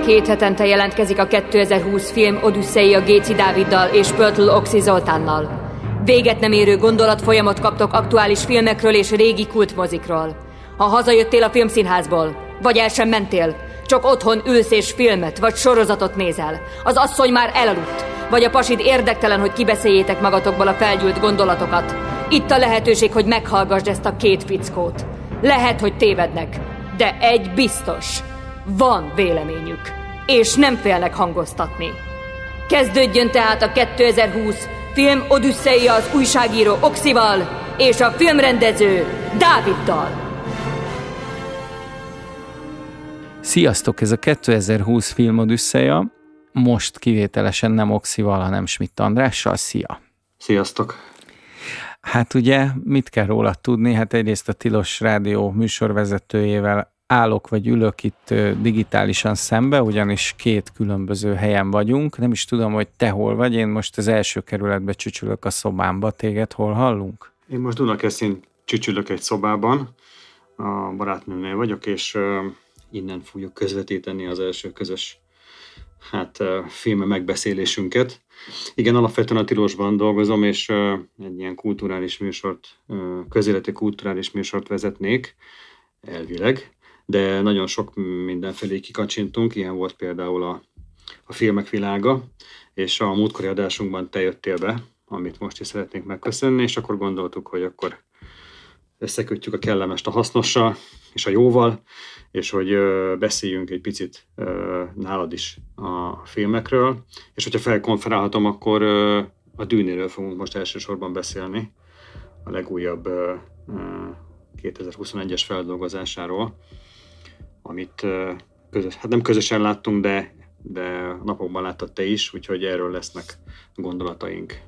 2 hetente jelentkezik a 2020 film Odüsszeia Géci Dáviddal és Pörtl Oxi Zoltánnal. Véget nem érő gondolatfolyamot kaptok aktuális filmekről és régi kultmozikról. Ha hazajöttél a filmszínházból, vagy el sem mentél, csak otthon ülsz és filmet vagy sorozatot nézel, az asszony már elaludt, vagy a pasid érdektelen, hogy kibeszéljétek magatokból a felgyűlt gondolatokat. Itt a lehetőség, hogy meghallgassd ezt a 2 fickót. Lehet, hogy tévednek, de egy biztos. Van véleményük, és nem félnek hangoztatni. Kezdődjön tehát a 2020 film Odüsszeia az újságíró Oxival és a filmrendező Dáviddal. Sziasztok, ez a 2020 film Odüsszeia, most kivételesen nem Oxival, hanem Schmidt Andrással. Szia! Sziasztok! Hát ugye, mit kell róla tudni? Hát egyrészt a Tilos Rádió műsorvezetőjével állok vagy ülök itt digitálisan szembe, ugyanis 2 különböző helyen vagyunk. Nem is tudom, hogy te hol vagy, én most az első kerületbe csücsülök a szobámba. Téged hol hallunk? Én most Dunakeszin csücsülök egy szobában, a barátnőmnél vagyok, és innen fogjuk közvetíteni az első közös film megbeszélésünket. Igen, alapvetően a Tilosban dolgozom, és egy ilyen kulturális műsort, közéleti kulturális műsort vezetnék, elvileg, de nagyon sok mindenfelé kikacsintunk, ilyen volt például a filmek világa, és a múltkori adásunkban te jöttél be, amit most is szeretnénk megköszönni, és akkor gondoltuk, hogy akkor összekötjük a kellemest a hasznossal és a jóval, és hogy beszéljünk egy picit nálad is a filmekről, és hogyha felkonferálhatom, akkor a Dűnéről fogunk most elsősorban beszélni, a legújabb 2021-es feldolgozásáról, amit nem közösen láttunk, de napokban láttad te is, úgyhogy erről lesznek gondolataink.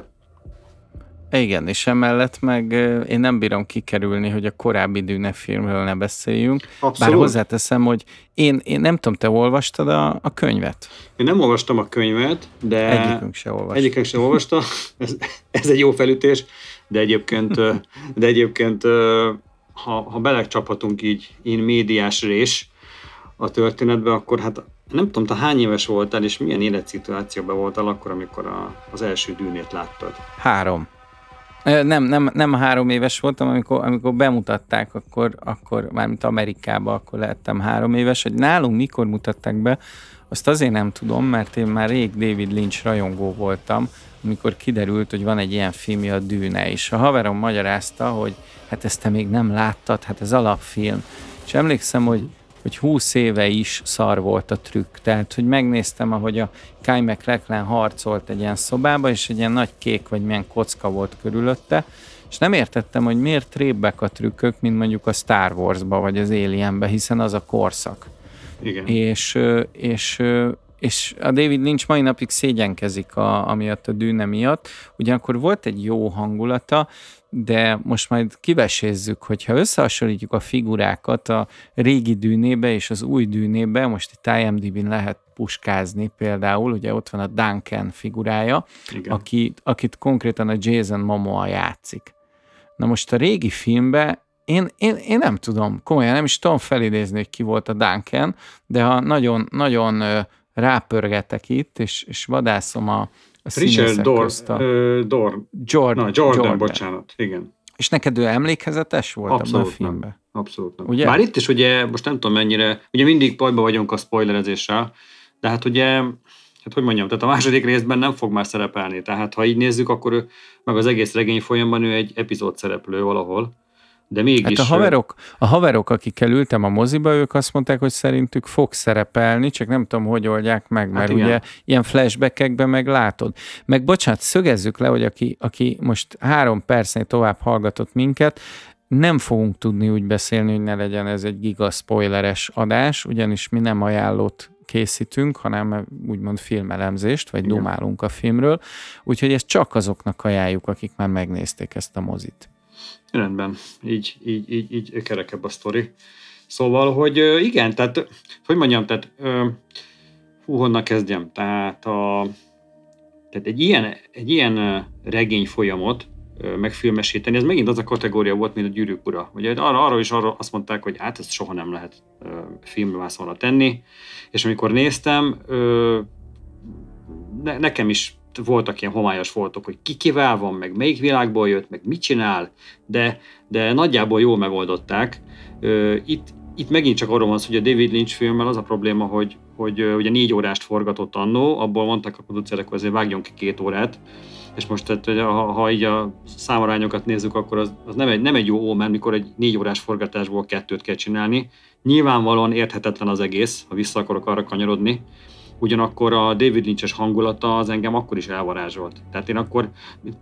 Igen, és emellett meg én nem bírom kikerülni, hogy a korábbi Dűne filmről ne beszéljünk. Abszolút. Bár hozzáteszem, hogy én nem tudom, te olvastad a könyvet? Én nem olvastam a könyvet, de... Egyikünk se olvasta. Ez egy jó felütés, de egyébként ha belecsaphatunk így in medias res a történetbe, akkor hát nem tudom, te hány éves voltál, és milyen életszituációban voltál akkor, amikor az első Dűnét láttad? 3. Nem 3 éves voltam, amikor bemutatták, akkor mármint Amerikában, akkor lehettem 3 éves. Hogy nálunk mikor mutatták be, azt azért nem tudom, mert én már rég David Lynch rajongó voltam, amikor kiderült, hogy van egy ilyen filmje, a Dűne, és a haverom magyarázta, hogy hát ezt te még nem láttad, hát ez alapfilm. És emlékszem, hogy 20 éve is szar volt a trükk. Tehát, hogy megnéztem, ahogy a Kyle MacLachlan harcolt egy ilyen szobába, és egy ilyen nagy kék, vagy milyen kocka volt körülötte, és nem értettem, hogy miért trébbek a trükkök, mint mondjuk a Star Wars-ba, vagy az Alienbe, hiszen az a korszak. Igen. És a David Lynch mai napig szégyenkezik amiatt a Dűne miatt. Ugyanakkor volt egy jó hangulata, de most majd kivesézzük, hogyha összehasonlítjuk a figurákat a régi Dűnébe és az új Dűnébe, most itt IMDb-n lehet puskázni például, ugye ott van a Duncan figurája, akit konkrétan a Jason Momoa játszik. Na most a régi filmben én nem tudom, komolyan nem is tudom felidézni, hogy ki volt a Duncan, de ha nagyon rápörgetek itt, és vadászom a Richard Jordan, bocsánat, igen. És neked ő emlékezetes volt abban a filmben? Abszolút nem. Ugye? Bár itt is ugye, most nem tudom mennyire, ugye mindig bajba vagyunk a spoilerezéssel, de hát ugye, hát hogy mondjam, tehát a második részben nem fog már szerepelni, tehát ha így nézzük, akkor ő, meg az egész regény folyamban ő egy epizód szereplő valahol. De mégis... Hát a haverok, akikkel ültem a moziba, ők azt mondták, hogy szerintük fog szerepelni, csak nem tudom, hogy oldják meg, mert ugye ilyen flashbackekben meg látod. Meg bocsánat, szögezzük le, hogy aki most 3 percnél tovább hallgatott minket, nem fogunk tudni úgy beszélni, hogy ne legyen ez egy giga spoileres adás, ugyanis mi nem ajánlót készítünk, hanem úgymond filmelemzést, vagy dumálunk a filmről, úgyhogy ezt csak azoknak ajánljuk, akik már megnézték ezt a mozit. Rendben, így kerekebb a sztori. Szóval, hogy igen, tehát, hogy mondjam, tehát, honnan kezdjem? Tehát egy ilyen regény folyamot megfilmesíteni. Ez megint az a kategória volt, mint a Gyűrűk ura. Ugye arra azt mondták, hogy hát ezt soha nem lehet filmvászonra tenni, és amikor néztem, nekem is voltak ilyen homályos foltok, hogy ki kivel van, meg melyik világból jött, meg mit csinál, de nagyjából jól megoldották. Itt megint csak arról van szó, hogy a David Lynch filmmel az a probléma, hogy ugye 4 órást forgatott annó, abból mondták a producerek, hogy azért vágjon ki 2 órát, és most tehát, ha így a számarányokat nézzük, akkor az nem egy jó ómen, mikor egy 4 órás forgatásból 2-t kell csinálni. Nyilvánvalóan érthetetlen az egész, ha vissza akarok arra kanyarodni. Ugyanakkor a David Lynch-es hangulata az engem akkor is elvarázsolt. Tehát én akkor,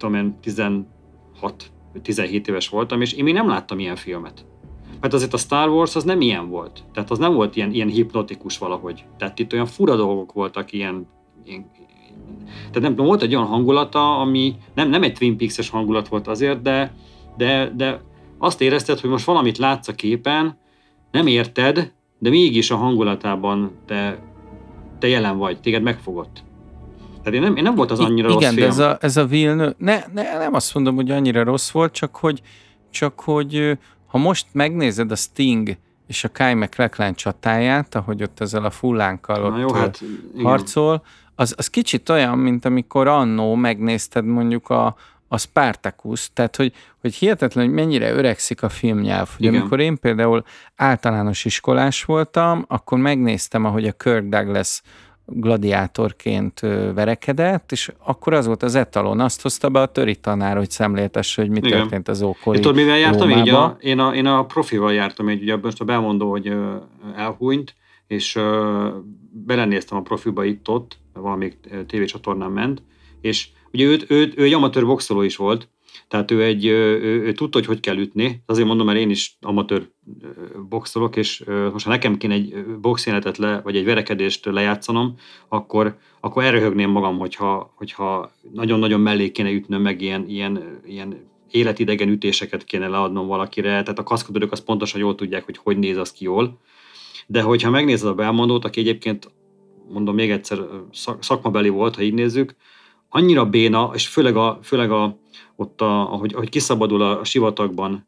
16-17 éves voltam, és én még nem láttam ilyen filmet. Mert azért a Star Wars az nem ilyen volt. Tehát az nem volt ilyen hipnotikus valahogy. Tehát itt olyan fura dolgok voltak, tehát nem volt egy olyan hangulata, ami nem egy Twin Peaks-es hangulat volt azért, de azt érezted, hogy most valamit látsz a képen, nem érted, de mégis a hangulatában te jelen vagy, téged megfogott. Tehát én nem volt az annyira rossz film. Igen, de ez a Villeneuve, nem azt mondom, hogy annyira rossz volt, csak hogy ha most megnézed a Sting és a Kyle MacLachlan csatáját, ahogy ott ezzel a fullánkkal ott harcol, az kicsit olyan, mint amikor annó megnézted mondjuk a Spartacus, tehát hogy hihetetlen, hogy mennyire öregszik a filmnyelv. Hogy amikor én például általános iskolás voltam, akkor megnéztem, ahogy a Kirk Douglas gladiátorként verekedett, és akkor az volt az etalon. Azt hozta be a töri tanár, hogy szemléltesse, hogy mi történt az ókori Rómában. Mivel jártam így? Én a profival jártam így, ugye most a belmondó, hogy elhúnyt, és belenéztem a profiba itt-ott, valamelyik tévécsatornán ment, és ugye ő egy amatőr boxoló is volt, tehát ő tudta, hogy kell ütni. Azért mondom, mert én is amatőr boxolok, és most ha nekem kéne egy boxjelenetet vagy egy verekedést lejátszanom, akkor elröhögném magam, hogyha nagyon-nagyon mellé kéne ütnöm, meg ilyen életidegen ütéseket kéne leadnom valakire. Tehát a kaszkadőrök azt pontosan jól tudják, hogy néz az ki jól. De hogyha megnézed a Belmondót, aki egyébként, mondom még egyszer, szakmabeli volt, ha így nézzük, annyira béna, és főleg ott ahogy kiszabadul a sivatagban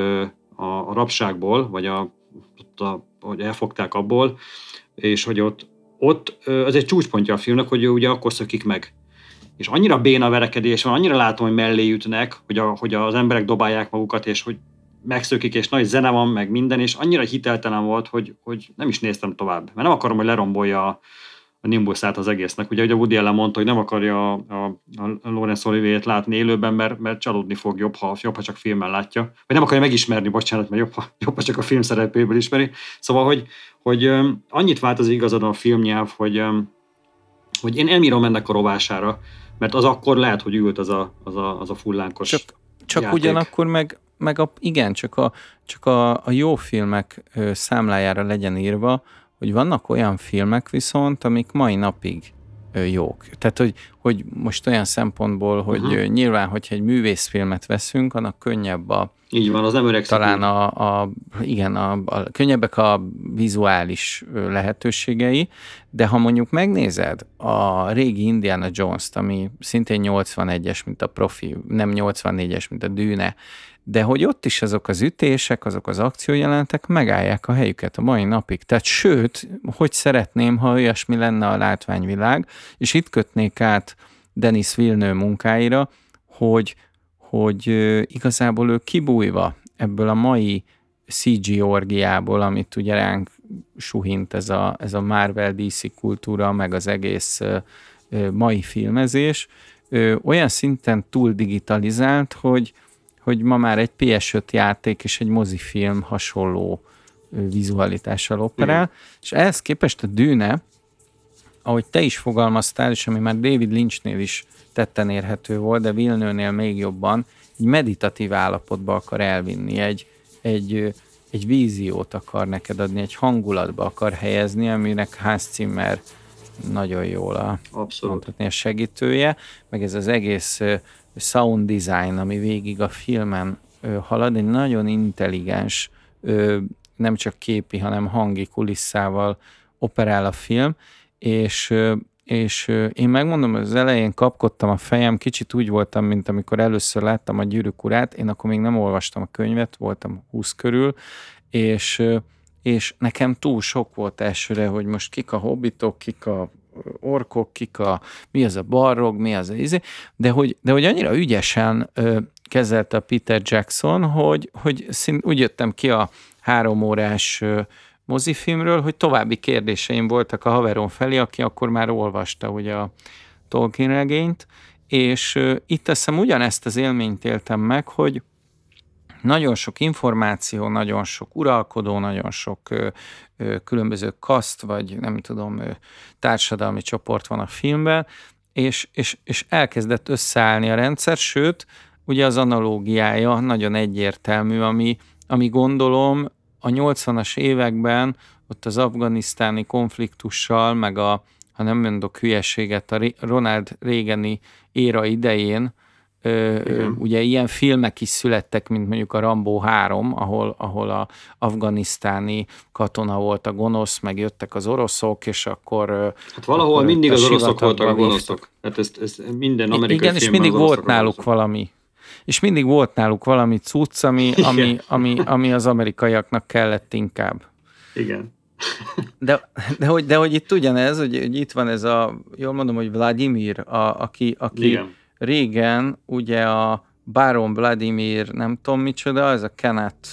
a rabságból, vagy hogy elfogták abból, és hogy ott ez egy csúcspontja a filmnek, hogy ugye akkor szökik meg. És annyira béna verekedés van, annyira látom, hogy mellé ütnek, hogy az emberek dobálják magukat, és hogy megszökik, és nagy zene van, meg minden, és annyira hiteltelen volt, hogy nem is néztem tovább. Mert nem akarom, hogy lerombolja a Nimbusát az egésznek. Ugye a Woody Allen mondta, hogy nem akarja a Laurence Olivier-t látni élőben, mert csalódni fog jobb, ha csak filmen látja. Vagy nem akarja megismerni, bocsánat, mert jobb, ha csak a film szerepéből ismeri. Szóval, hogy annyit változik igazadon a filmnyelv, hogy én elmírom ennek a rovására, mert az akkor lehet, hogy ült az a fullánkos Csak játék. Ugyanakkor csak a jó filmek számlájára legyen írva, hogy vannak olyan filmek viszont, amik mai napig jók. Tehát, hogy most olyan szempontból, hogy nyilván, hogyha egy művészfilmet veszünk, annak könnyebb így van, az nem öregszik. Talán könnyebbek a vizuális lehetőségei, de ha mondjuk megnézed a régi Indiana Jones-t, ami szintén 81-es, mint a Profi, nem 84-es, mint a Dűne, de hogy ott is azok az ütések, azok az akciójelenetek megállják a helyüket a mai napig. Tehát sőt, hogy szeretném, ha olyasmi lenne a látványvilág, és itt kötnék át Denis Villeneuve munkáira, hogy igazából ő kibújva ebből a mai CG orgiából, amit ugye ránk suhint ez a Marvel DC kultúra, meg az egész mai filmezés, olyan szinten túl digitalizált, hogy ma már egy PS5 játék és egy mozifilm hasonló vizualitással operál, és ehhez képest a Dűne, ahogy te is fogalmaztál, és ami már David Lynchnél is tetten érhető volt, de Villeneuve-nél még jobban, egy meditatív állapotba akar elvinni, egy víziót akar neked adni, egy hangulatba akar helyezni, aminek Hans Zimmer nagyon jól mondhatni a segítője, meg ez az egész sound design, ami végig a filmen halad, egy nagyon intelligens, nem csak képi, hanem hangi kulisszával operál a film, és és én megmondom, az elején kapkodtam a fejem, kicsit úgy voltam, mint amikor először láttam a Gyűrűk urát, én akkor még nem olvastam a könyvet, voltam 20 körül, és nekem túl sok volt elsőre, hogy most kik a hobbitok, kik a orkok, mi az a balrog, mi az a izé, de hogy annyira ügyesen kezelte a Peter Jackson, hogy úgy jöttem ki a 3 órás mozifilmről, hogy további kérdéseim voltak a haverom felé, aki akkor már olvasta ugye a Tolkien regényt, és itt azt hiszem ugyanezt az élményt éltem meg, hogy nagyon sok információ, nagyon sok uralkodó, nagyon sok különböző kaszt, vagy nem tudom, társadalmi csoport van a filmben, és elkezdett összeállni a rendszer, sőt, ugye az analógiája nagyon egyértelmű, ami gondolom a 80-as években ott az afganisztáni konfliktussal, meg ha nem mondok hülyeséget, a Ronald Reagani éra idején, ugye ilyen filmek is születtek, mint mondjuk a Rambo 3, ahol a afganisztáni katona volt a gonosz, meg jöttek az oroszok, és akkor... Hát valahol akkor mindig az oroszok voltak a gonoszok. Hát ez minden amerikai igen, és mindig volt náluk valami. És mindig volt náluk valami cucc, ami az amerikaiaknak kellett inkább. Igen. De hogy itt ugyanez, hogy itt van ez jól mondom, hogy Vladimir, aki régen ugye a Baron Vladimir, nem tudom micsoda, ez a Kenneth,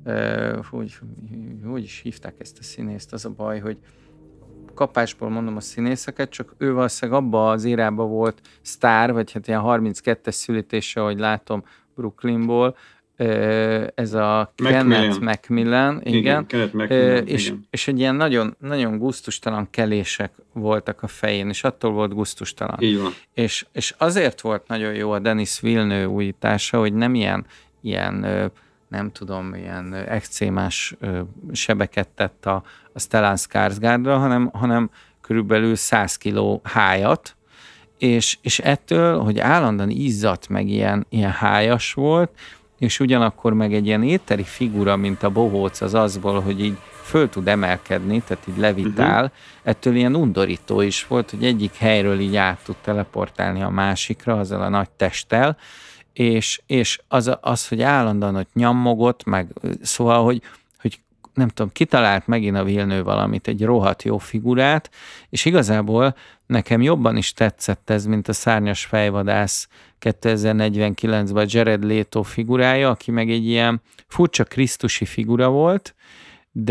hogy is hívták ezt a színészt, az a baj, hogy kapásból mondom a színészeket, csak ő valószínűleg abban az érában volt sztár, vagy hát ilyen 32-es születése, ahogy látom Brooklynból, ez a Kenneth Macmillan, igen. Kenneth Macmillan, és egy ilyen nagyon, nagyon gusztustalan kelések voltak a fején, és attól volt gusztustalan. Így van. És azért volt nagyon jó a Denis Villeneuve újítása, hogy nem ilyen nem tudom, ilyen ekcémás sebeket tett a Stellan Skarsgårdra, hanem körülbelül 100 kiló hájat, és ettől, hogy állandóan izzadt, meg ilyen hájas volt, és ugyanakkor meg egy ilyen éteri figura, mint a bohóc az azból, hogy így föl tud emelkedni, tehát így levitál, ettől ilyen undorító is volt, hogy egyik helyről így át tud teleportálni a másikra, azzal a nagy testtel, és az, hogy állandóan ott nyammogott, meg szóval, hogy nem tudom, kitalált megint a Villeneuve valamit, egy rohadt jó figurát, és igazából nekem jobban is tetszett ez, mint a Szárnyas fejvadász 2049-ben Jared Leto figurája, aki meg egy ilyen furcsa krisztusi figura volt, de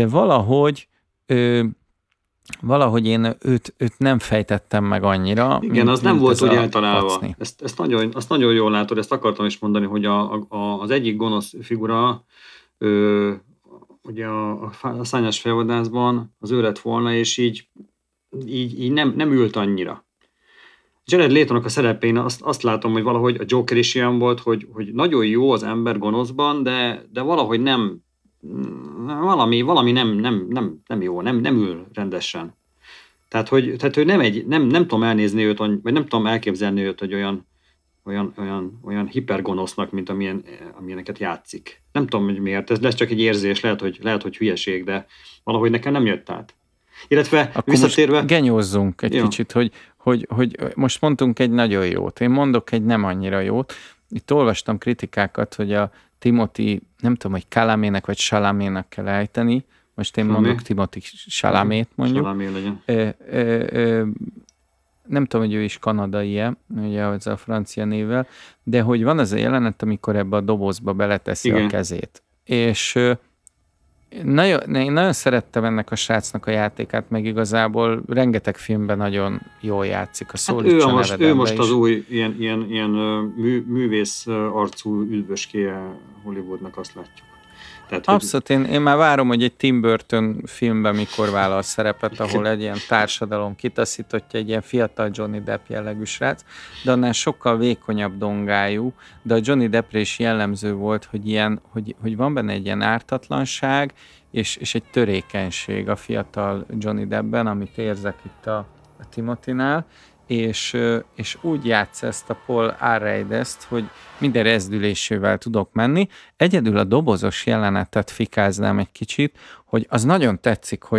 valahogy én őt nem fejtettem meg annyira. Igen, az nem volt úgy eltalálva. Azt nagyon jól látod, ezt akartam is mondani, hogy az egyik gonosz figura, ugye a Szárnyas fejvadászban az ő lett volna, és így nem ült annyira. Jared Letónak a szerepén azt látom, hogy valahogy a Joker is ilyen volt, hogy nagyon jó az ember gonoszban, de valahogy valami nem jó, nem ül rendesen. Tehát, hogy nem tudom elnézni őt, vagy nem tudom elképzelni őt, hogy olyan hipergonosznak, mint amilyeneket játszik. Nem tudom, hogy miért, ez lesz csak egy érzés, lehet, hogy hülyeség, de valahogy nekem nem jött át. Illetve akkor visszatérve... Most genyózzunk egy kicsit, hogy most mondtunk egy nagyon jót, én mondok egy nem annyira jót. Itt olvastam kritikákat, hogy a Timothy, nem tudom, hogy Chalamének vagy Chalamének kell ejteni, most én mondok Timothy Chalamét mondjuk. Chalamet legyen. Nem tudom, hogy ő is kanadai-e, ugye ez a francia névvel, de hogy van az a jelenet, amikor ebbe a dobozba beleteszi a kezét. És én nagyon szerettem ennek a srácnak a játékát, meg igazából rengeteg filmben nagyon jól játszik, a Szólítsa nevedembe ő most is. az új ilyen művész arcú üdvöskéje Hollywoodnak, azt látjuk. Tehát, abszolút, én már várom, hogy egy Tim Burton filmben mikor vállal szerepet, ahol egy ilyen társadalom kitaszítottja, egy ilyen fiatal Johnny Depp jellegű srác, de annál sokkal vékonyabb dongájú, de a Johnny Deppre is jellemző volt, hogy van benne egy ilyen ártatlanság, és egy törékenység a fiatal Johnny Deppben, amit érzek itt a Timothy-nál, és úgy játsz ezt a Paul Atreides-t, hogy minden rezdülésével tudok menni. Egyedül a dobozos jelenetet fikáznám egy kicsit, hogy az nagyon tetszik, hogy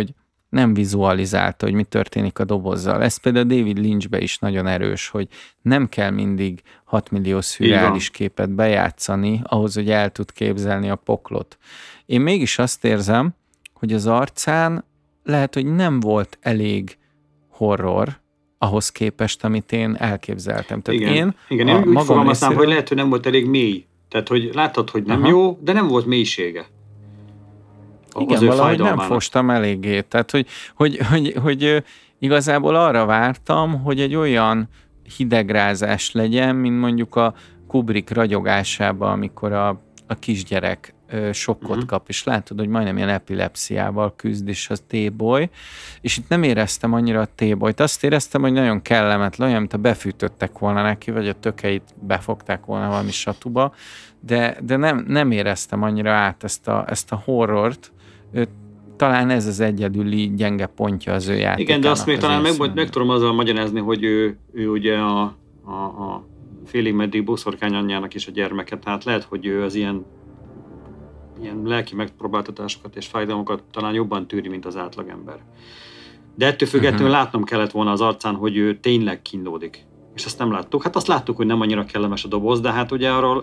nem vizualizálta, hogy mi történik a dobozzal. Ez például David Lynchbe is nagyon erős, hogy nem kell mindig 6 millió szürreális képet bejátszani, ahhoz, hogy el tud képzelni a poklot. Én mégis azt érzem, hogy az arcán lehet, hogy nem volt elég horror ahhoz képest, amit én elképzeltem. Tehát én úgy fogalmaznám, hogy lehet, hogy nem volt elég mély. Tehát, hogy láttad, hogy nem jó, de nem volt mélysége. Igen, valahogy nem fostam eléggé. Tehát, hogy igazából arra vártam, hogy egy olyan hidegrázás legyen, mint mondjuk a Kubrick ragyogásában, amikor a kisgyerek sokkot kap, és látod, hogy majdnem ilyen epilepsziával küzd, és a T-boy, és itt nem éreztem annyira a T-boyt. Azt éreztem, hogy nagyon kellemetlen, olyan, mint ha befűtöttek volna neki, vagy a tökeit befogták volna valami satuba, de nem éreztem annyira át ezt a horrort. Talán ez az egyedüli gyenge pontja az ő játékának. Igen, de azt még talán meg tudom azzal magyarázni, hogy ő ugye a félig meddig boszorkány anyjának is a gyermeke, tehát lehet, hogy ő az ilyen lelki megpróbáltatásokat és fájdalmakat talán jobban tűri, mint az átlagember. De ettől függetlenül látnom kellett volna az arcán, hogy ő tényleg kínlódik. És ezt nem láttuk. Hát azt láttuk, hogy nem annyira kellemes a doboz, de hát ugye arról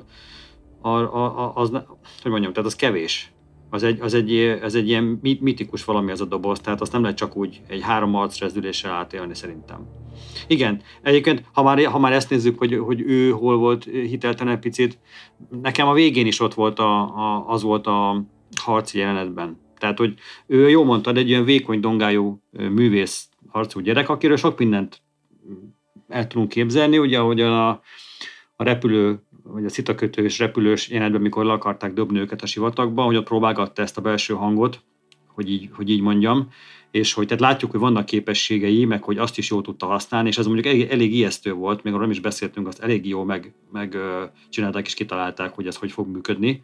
hogy mondjam, tehát az kevés. Az egy ilyen mitikus valami az a doboz, tehát azt nem lehet csak úgy egy 3 arcrezdüléssel átélni szerintem. Igen, egyébként, ha már ezt nézzük, hogy ő hol volt hiteltelen picit, nekem a végén is ott volt az volt a harci jelenetben. Tehát, hogy ő, jól mondtad, egy olyan vékony dongájú művész arcú gyerek, akiről sok mindent el tudunk képzelni, ugye, ahogy a repülő, vagy a szitakötős repülős jelenetben, mikor le akarták dobni őket a sivatagba, hogy ott próbálgatta ezt a belső hangot, hogy így mondjam, és hogy tehát látjuk, hogy vannak képességei, meg hogy azt is jól tudta használni, és ez mondjuk elég ijesztő volt, még arról nem is beszéltünk, azt elég jó meg csinálták és kitalálták, hogy ez hogy fog működni.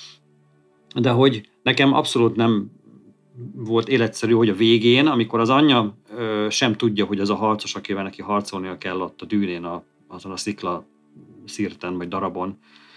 De hogy nekem abszolút nem volt életszerű, hogy a végén, amikor az anyja sem tudja, hogy az a harcos, akivel neki harcolnia kell ott a dűnén, azon a szikla szirten vagy darabon,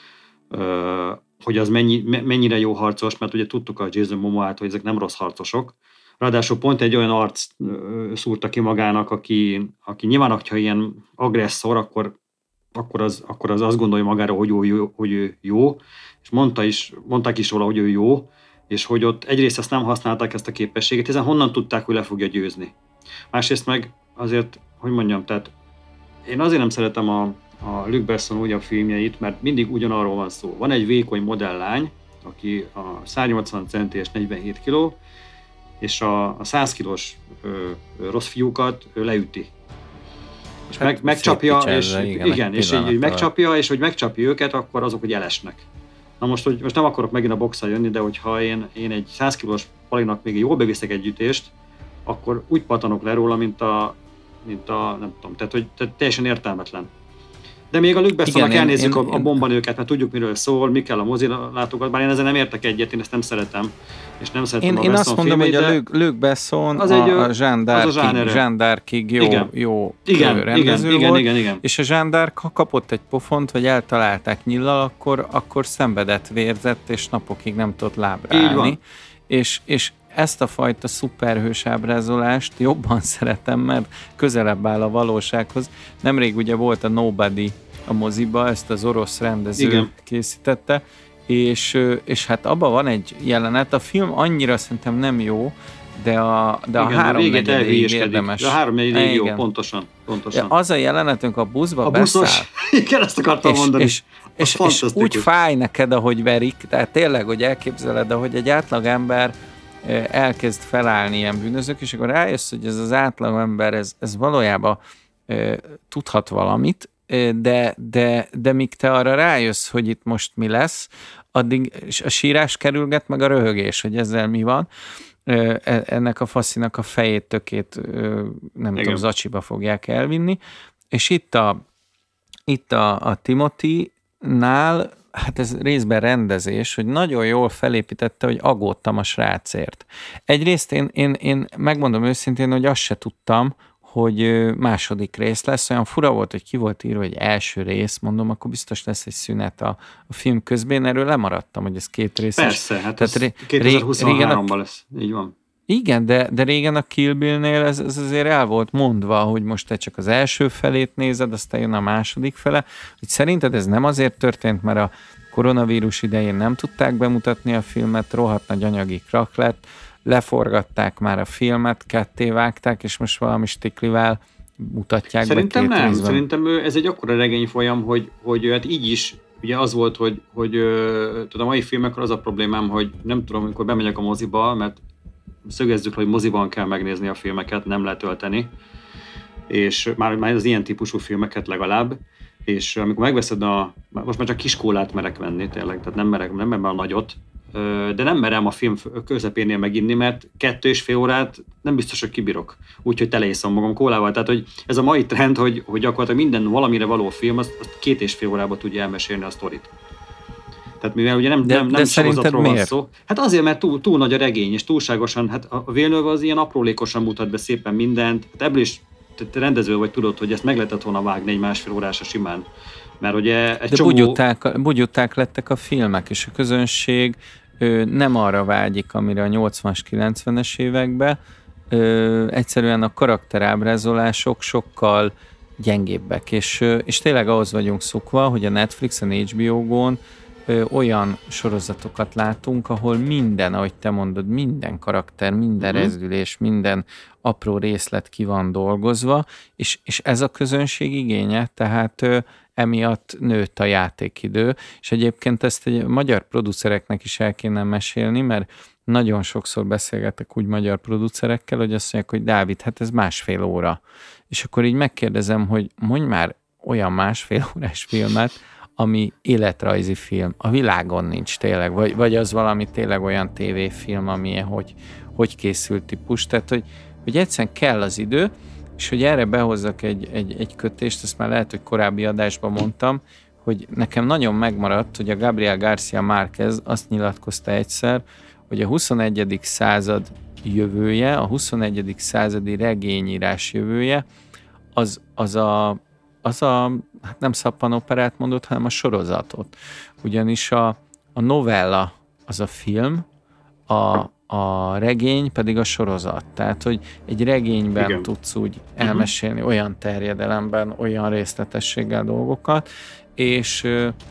hogy az mennyire jó harcos, mert ugye tudtuk a Jason Momoát, hogy ezek nem rossz harcosok. Ráadásul pont egy olyan arc szúrta ki magának, aki nyilván, ha ilyen agresszor, akkor az azt gondolja magára, hogy ő jó, és mondták is róla, hogy ő jó, és hogy ott egyrészt ezt nem használták ezt a képességet, hiszen honnan tudták, hogy le fogja győzni. Másrészt meg azért, hogy mondjam, tehát én azért nem szeretem a Luc Besson újabb filmjeit, mert mindig ugyanarról van szó. Van egy vékony modelllány, aki a 180 centi és 47 kiló, és a 100 kilós rossz fiúkat leüti. És hát megcsapja, és így megcsapja, és hogy megcsapja őket, akkor azok, hogy elesnek. Na most nem akarok megint a boxra jönni, de hogyha én egy 100 kilós palinak még jól beviszek egy ütést, akkor úgy pattanok le róla, mint a nem tudom, tehát teljesen értelmetlen. De még a Luc Bessonnak elnézzük a bombanőket, mert tudjuk, miről szól, mi kell a mozira látogat, bár én ezzel nem értek egyet, én ezt nem szeretem. És nem szeretem én azt mondom, hogy a Luc Besson a Jeanne d'Arcig jó rendező volt, igen. És a Jeanne d'Arc, ha kapott egy pofont, vagy eltalálták nyillal, akkor szenvedett, vérzett, és napokig nem tudott lábra állni. És ezt a fajta szuperhős ábrázolást jobban szeretem, mert közelebb áll a valósághoz. Nemrég ugye volt a Nobody a moziba, ezt az orosz rendező készítette, és hát abban van egy jelenet, a film annyira szerintem nem jó, de a 3/4 érdemes. A 3/4 jó, pontosan. Az a jelenetünk a buszba beszáll. Igen, ezt akartam mondani. És úgy fáj neked, ahogy verik, tehát tényleg, hogy elképzeled, ahogy egy átlagember elkezd felállni ilyen bűnözők, és akkor rájössz, hogy ez az átlagember, ez valójában tudhat valamit, de míg te arra rájössz, hogy itt most mi lesz, addig a sírás kerülget, meg a röhögés, hogy ezzel mi van. Ennek a faszinak a fejét, tökét, nem tudom, zacsiba fogják elvinni. És itt a Timothy-nál, hát ez részben rendezés, hogy nagyon jól felépítette, hogy aggódtam a srácért. Egyrészt én megmondom őszintén, hogy azt se tudtam, hogy második rész lesz. Olyan fura volt, hogy ki volt írva, hogy első rész, mondom, akkor biztos lesz egy szünet a film közben. Erről lemaradtam, hogy ez 2 rész. Persze, hát ez 2023-ban lesz. Így van. Igen, de régen a Kill Bill-nél ez azért el volt mondva, hogy most te csak az első felét nézed, aztán jön a második fele, hogy szerinted ez nem azért történt, mert a koronavírus idején nem tudták bemutatni a filmet, rohadt nagy anyagi krak lett, leforgatták már a filmet, ketté vágták, és most valami stiklivel mutatják szerintem be nem, részben. szerintem ez egy akkora regényfolyam, hogy hát így is, ugye az volt, hogy tudom, a mai filmekről az a problémám, hogy nem tudom, amikor bemegyek a moziba, mert szögezzük, hogy moziban kell megnézni a filmeket, nem letölteni, és már az ilyen típusú filmeket legalább, és amikor megveszed most már csak kiskólát merek venni tényleg, tehát nem merem a nagyot, de nem merem a film közepénél meginni, mert 2,5 órát nem biztos, hogy kibírok. Úgyhogy teleiszom magam kólával. Tehát, hogy ez a mai trend, hogy gyakorlatilag minden valamire való film, azt 2,5 órába tudja elmesélni a sztorit. Tehát mivel ugye nem sorozatról van szó. Hát azért, mert túl nagy a regény, és túlságosan, hát a Villeneuve az ilyen aprólékosan mutat be szépen mindent. Hát ebből is te rendező vagy, tudod, hogy ezt meg lehetett volna vágni egy 1,5 órásra simán. Mert ugye egy csomó... bugyuták lettek a filmek, és a közönség nem arra vágyik, amire a 80-as, 90-es években. Egyszerűen a karakterábrázolások sokkal gyengébbek, és tényleg ahhoz vagyunk szokva, hogy a Netflixen, HBO-gon olyan sorozatokat látunk, ahol minden, ahogy te mondod, minden karakter, minden rezdülés, minden apró részlet ki van dolgozva, és ez a közönség igénye, tehát emiatt nőtt a játékidő, és egyébként ezt egy magyar producereknek is el kéne mesélni, mert nagyon sokszor beszélgetek úgy magyar producerekkel, hogy azt mondják, hogy Dávid, hát ez 1,5 óra. És akkor így megkérdezem, hogy mondj már olyan 1,5 órás filmet, ami életrajzi film. A világon nincs tényleg, vagy az valami tényleg olyan tévéfilm, amilyen hogy készült típus. Tehát, hogy egyszerűen kell az idő, és hogy erre behozzak egy kötést, ezt már lehet, hogy korábbi adásban mondtam, hogy nekem nagyon megmaradt, hogy a Gabriel García Márquez azt nyilatkozta egyszer, hogy a 21. század jövője, a 21. századi regényírás jövője, az a hát nem szappanoperát mondott, hanem a sorozatot. Ugyanis a novella az a film, a regény pedig a sorozat. Tehát, hogy egy regényben igen, tudsz úgy elmesélni olyan terjedelemben, olyan részletességgel dolgokat, és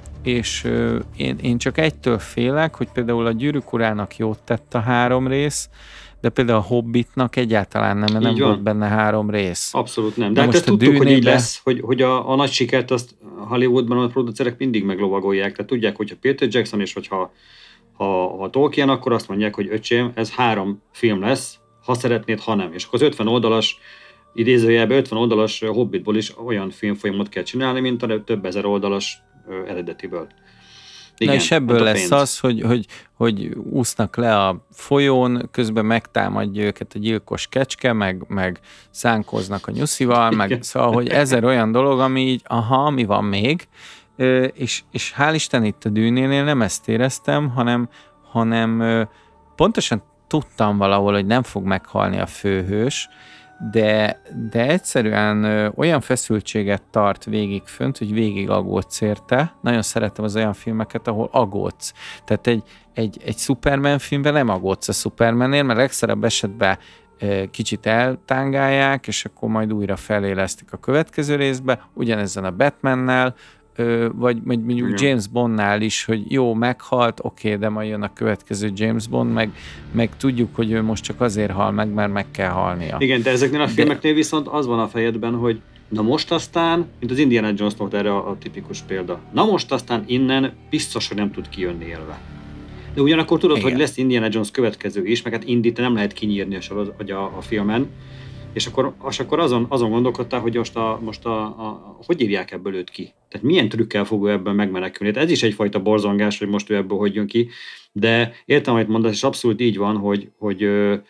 én csak egytől félek, hogy például a Gyűrűk urának jót tett a 3 rész, de például a Hobbitnak egyáltalán nem volt benne 3 rész. Abszolút nem. De hát ezt tudtuk, hogy így lesz, hogy a nagy sikert azt Hollywoodban a producerek mindig meglovagolják. Tehát tudják, hogyha Peter Jackson és hogyha ha Tolkien, akkor azt mondják, hogy öcsém, ez 3 film lesz, ha szeretnéd, ha nem. És akkor az 50 oldalas, idézőjelben 50 oldalas Hobbitból is olyan filmfolyamot kell csinálni, mint a több ezer oldalas eredetiből. Igen, na és ebből lesz az, hogy úsznak le a folyón, közben megtámadja őket a gyilkos kecske, meg szánkoznak a nyuszival, meg szóval, hogy 1000 olyan dolog, ami így, mi van még, és hál' Isten itt a Dűnénél nem ezt éreztem, hanem pontosan tudtam valahol, hogy nem fog meghalni a főhős, de egyszerűen olyan feszültséget tart végig fönt, hogy végig aggódsz érte. Nagyon szeretem az olyan filmeket, ahol aggódsz. Tehát egy Superman filmben nem aggódsz a Supermanért, mert legszarabb esetben kicsit eltángálják, és akkor majd újra felélesztik a következő részbe. Ugyanezen a Batmannel, vagy mondjuk James Bondnál is, hogy jó, meghalt, oké, de majd jön a következő James Bond, meg tudjuk, hogy ő most csak azért hal meg, mert meg kell halnia. Igen, de ezeknél a filmeknél viszont az van a fejedben, hogy na most aztán, mint az Indiana Jones volt erre a tipikus példa, na most aztán innen biztos, hogy nem tud kijönni élve. De ugyanakkor tudod, igen, hogy lesz Indiana Jones következő is, meg hát Indit nem lehet kinyírni a filmen, és akkor azon gondolkodtál, hogy most hogy írják ebből őt ki? Tehát milyen trükkel fog ő ebből megmenekülni? Ez is egyfajta borzongás, hogy most ő ebből hogy jön ki, de értem, amit mondasz, és abszolút így van, hogy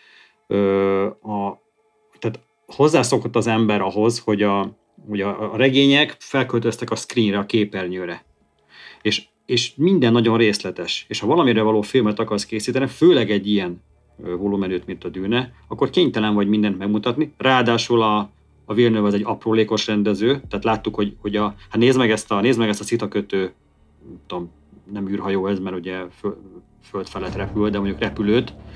tehát hozzászokott az ember ahhoz, hogy a regények felköltöztek a screenre, a képernyőre. És minden nagyon részletes. És ha valamire való filmet akarsz készíteni, főleg egy ilyen volumenőt, mint a Dűne, akkor kénytelen vagy mindent megmutatni. Ráadásul a Villeneuve az egy aprólékos rendező, tehát láttuk, hogy hát nézd meg ezt a szitakötő, nem űrhajó ez, mert ugye föld felett repül, de mondjuk repülőt,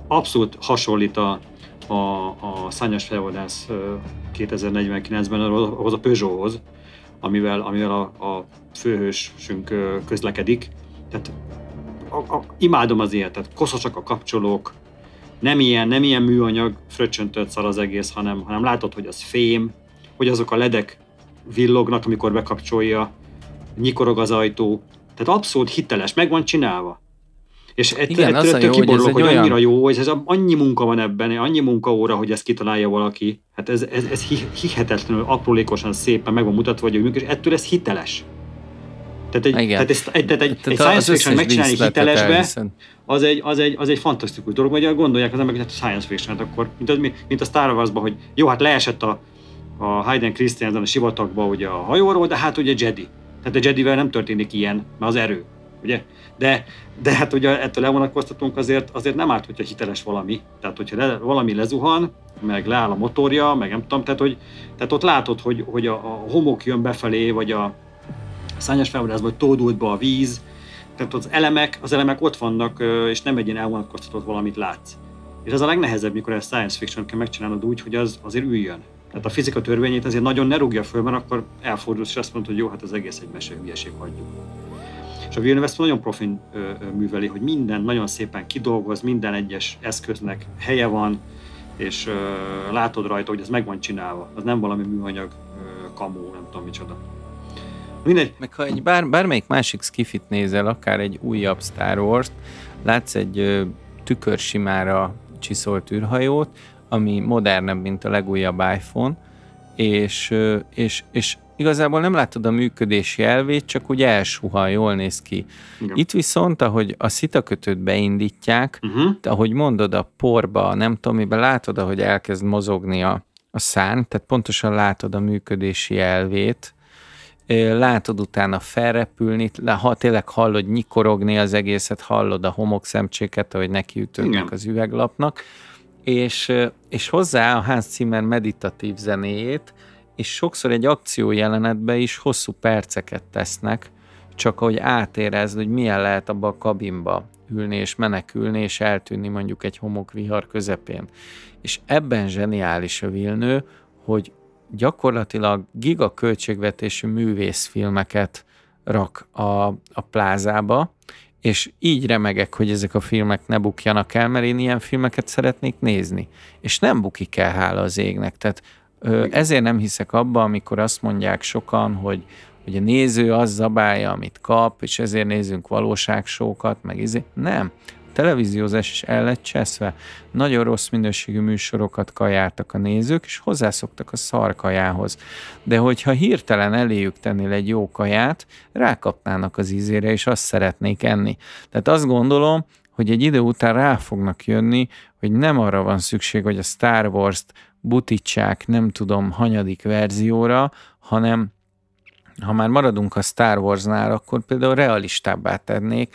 abszolút hasonlít a Szárnyas fejvadász 2049-ben ahhoz a Peugeothoz, amivel a főhősünk közlekedik. Tehát imádom az ilyet, tehát koszosak a kapcsolók, nem ilyen műanyag, fröccsöntött szar az egész, hanem látod, hogy az fém, hogy azok a ledek villognak, amikor bekapcsolja, nyikorog az ajtó, tehát abszolút hiteles, meg van csinálva. És ettől kiborulok, hogy olyan... annyira jó, hogy ez annyi munka van ebben, annyi munkaóra, hogy ezt kitalálja valaki. Hát ez hihetetlenül aprólékosan szépen meg van mutatva, hogy működik, és ettől ez hiteles. Tehát egy science fiction megcsinálni hitelesbe, az egy fantasztikus dolog, vagy gondolják az emberek, hogy science fiction, hát akkor, mint a Star Wars-ban, hogy jó, hát leesett a Hayden Christensen a sivatagba ugye a hajóról, de hát ugye Jedi. Tehát a Jedivel nem történik ilyen, mert az erő, ugye? De hát ugye ettől elvonatkoztatunk azért nem árt, hogyha hiteles valami. Tehát hogyha valami lezuhan, meg leáll a motorja, meg nem tudom, tehát ott látod, hogy a homok jön befelé, vagy a Szárnyas fejvadászban, hogy tódult be a víz, tehát az elemek ott vannak, és nem egy ilyen elvonatkoztatott valamit látsz. És ez a legnehezebb, mikor ezt science fiction kell megcsinálnod úgy, hogy az azért üljön. Tehát a fizika törvényét azért nagyon ne rúgja föl, mert akkor elfordulsz, és azt mondod, hogy jó, hát az egész egy mese hülyeség, hagyjuk. És a Villeneuve ezt nagyon profin műveli, hogy minden nagyon szépen kidolgoz, minden egyes eszköznek helye van, és látod rajta, hogy ez meg van csinálva. Az nem valami műanyag kamó, nem tudom micsoda. Mindegy. Meg ha egy bármelyik másik skifit nézel, akár egy újabb Star Wars-t, látsz egy tükörsimára csiszolt űrhajót, ami modernebb, mint a legújabb iPhone, és igazából nem látod a működési elvét, csak úgy elsuhan, jól néz ki. Igen. Itt viszont, ahogy a szitakötőt beindítják, ahogy mondod, a porba, nem tudom, miben látod, ahogy elkezd mozogni a szárny, tehát pontosan látod a működési elvét, látod utána felrepülni, ha tényleg hallod nyikorogni az egészet, hallod a homokszemcséket, ahogy nekiütődnek az üveglapnak, és hozzá a Hans Zimmer meditatív zenéjét, és sokszor egy akciójelenetbe is hosszú perceket tesznek, csak ahogy átérezd, hogy milyen lehet abba a kabinba ülni és menekülni, és eltűnni mondjuk egy homokvihar közepén. És ebben zseniális a Villeneuve, hogy gyakorlatilag gigaköltségvetésű művészfilmeket rak a plázába, és így remegek, hogy ezek a filmek ne bukjanak el, mert én ilyen filmeket szeretnék nézni. És nem bukik el, hála az égnek. Tehát ezért nem hiszek abba, amikor azt mondják sokan, hogy a néző az zabálja, amit kap, és ezért nézünk valóságsókat, meg nem. A televíziózás is el lett cseszve. Nagyon rossz minőségű műsorokat kajáltak a nézők, és hozzászoktak a szar kajához. De hogyha hirtelen eléjük tennél egy jó kaját, rákapnának az ízére, és azt szeretnék enni. Tehát azt gondolom, hogy egy idő után rá fognak jönni, hogy nem arra van szükség, hogy a Star Wars-t butítsák, nem tudom, hanyadik verzióra, hanem ha már maradunk a Star Wars-nál, akkor például realistábbá tennék,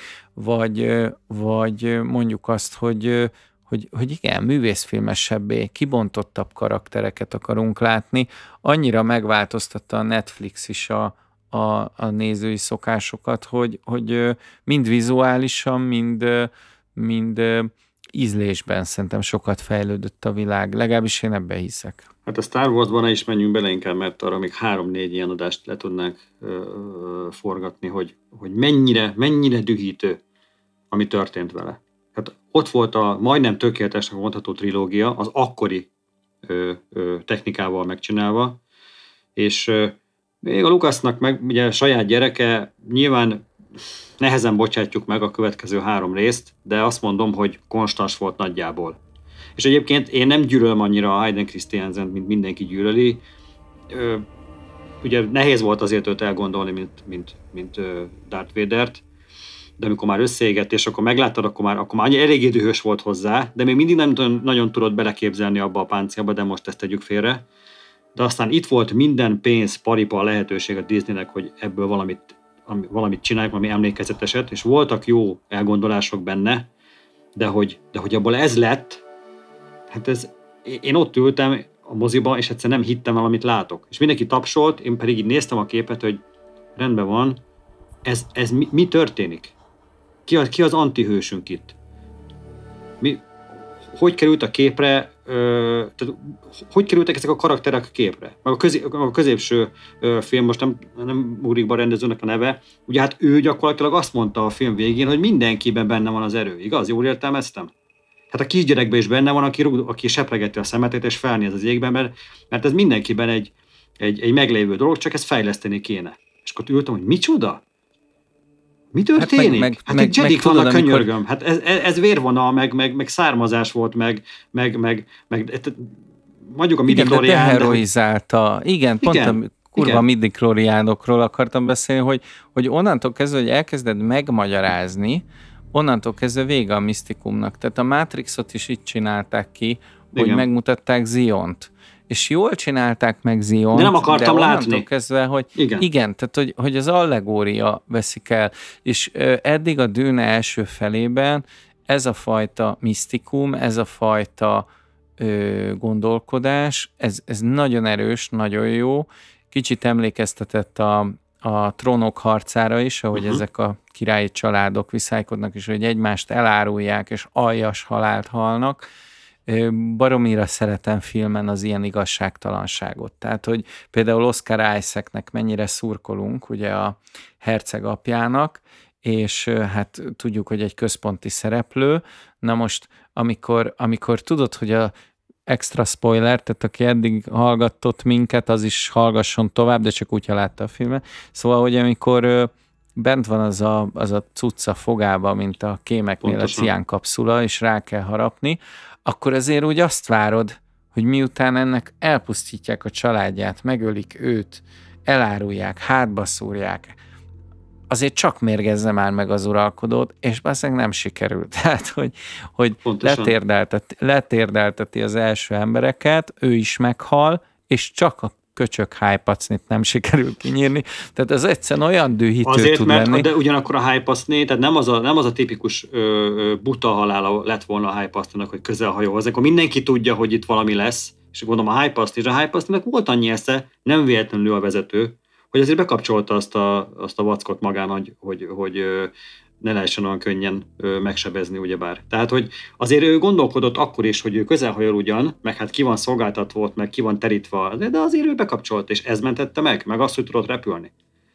vagy mondjuk azt, hogy igen, művészfilmesebbé, kibontottabb karaktereket akarunk látni. Annyira megváltoztatta a Netflix is a nézői szokásokat, hogy mind vizuálisan, mind ízlésben szerintem sokat fejlődött a világ. Legalábbis én ebben hiszek. Hát a Star Wars-ban ne is menjünk bele inkább, mert arra még 3-4 ilyen adást le tudnánk forgatni, hogy mennyire dühítő, ami történt vele. Hát ott volt a majdnem tökéletesnek mondható trilógia, az akkori technikával megcsinálva, és még a Lucasnak meg ugye a saját gyereke, nyilván nehezen bocsátjuk meg a következő 3 részt, de azt mondom, hogy konstans volt nagyjából. És egyébként én nem gyűlölöm annyira a Hayden Christensen-t, mint mindenki gyűlöli. Ugye nehéz volt azért őt elgondolni, mint Darth Vadert, de amikor már összeégett, és akkor megláttad, akkor már eléggé dühös volt hozzá, de még mindig nem nagyon tudod beleképzelni abba a páncélba, de most ezt tegyük félre. De aztán itt volt minden pénz, paripa, lehetőség a Disneynek, hogy ebből valamit csinálják, valami emlékezeteset, és voltak jó elgondolások benne, de hogy abból ez lett, hát én ott ültem a moziba, és egyszerűen nem hittem el, amit látok. És mindenki tapsolt, én pedig így néztem a képet, hogy rendben van, ez mi történik? Ki az antihősünk itt? hogy került a képre, tehát hogy kerültek ezek a karakterek a képre. Meg a középső film, most nem ugrik be a rendezőnek a neve, ugye hát ő gyakorlatilag azt mondta a film végén, hogy mindenkiben benne van az erő, igaz? Jól értelmeztem? Hát a kisgyerekben is benne van, aki sepregeti a szemetét és felnéz az égben, mert ez mindenkiben egy meglévő dolog, csak ezt fejleszteni kéne. És akkor ültem, hogy micsoda? Mi történik? Hát itt Jedik vannak, könyörgöm. Hát ez vérvonal, meg származás volt, meg mondjuk a midi-klórián. Igen, de deheroizálta. Igen, pont a kurva midi-klóriánokról akartam beszélni, hogy onnantól kezdve, hogy elkezded megmagyarázni, onnantól kezdve vége a misztikumnak. Tehát a Matrixot is így csinálták ki, hogy megmutatták Ziont. És jól csinálták meg Ziont, de nem akartam látni. Kezdve, hogy igen, tehát hogy az allegória veszik el. És eddig a Dune első felében ez a fajta misztikum, ez a fajta gondolkodás, ez nagyon erős, nagyon jó. Kicsit emlékeztetett a Trónok harcára is, ahogy ezek a királyi családok viszálykodnak, és hogy egymást elárulják, és aljas halált halnak. Baromira szeretem filmen az ilyen igazságtalanságot. Tehát, hogy például Oscar Isaacnek mennyire szurkolunk, ugye a herceg apjának, és hát tudjuk, hogy egy központi szereplő. Na most, amikor tudod, hogy a extra spoiler, tehát aki eddig hallgatott minket, az is hallgasson tovább, de csak úgy, ha látta a filmet. Szóval, hogy amikor bent van az a cucca fogába, mint a kémeknél pontosan a ciánkapszula, és rá kell harapni, akkor azért úgy azt várod, hogy miután ennek elpusztítják a családját, megölik őt, elárulják, hátba szúrják, azért csak mérgezze már meg az uralkodót, és valószínűleg nem sikerült. Tehát, hogy letérdelteti az első embereket, ő is meghal, és csak a köcsök hypacnit nem sikerül kinyírni. Tehát ez egyszerűen olyan dühítő azért, tud mert lenni. De ugyanakkor a hypacné, tehát nem az a tipikus buta halála lett volna a hypacnénak, hogy közelhajóhoz. Akkor mindenki tudja, hogy itt valami lesz, és gondolom a hypacnének volt annyi esze, nem véletlenül a vezető, hogy azért bekapcsolta azt a vackot magán, hogy ne lehessen olyan könnyen megsebezni, ugyebár. Tehát, hogy azért ő gondolkodott akkor is, hogy ő közelhajol ugyan, meg hát ki van szolgáltatva volt, meg ki van terítve, de azért ő bekapcsolt, és ez mentette meg azt, hogy tudott repülni.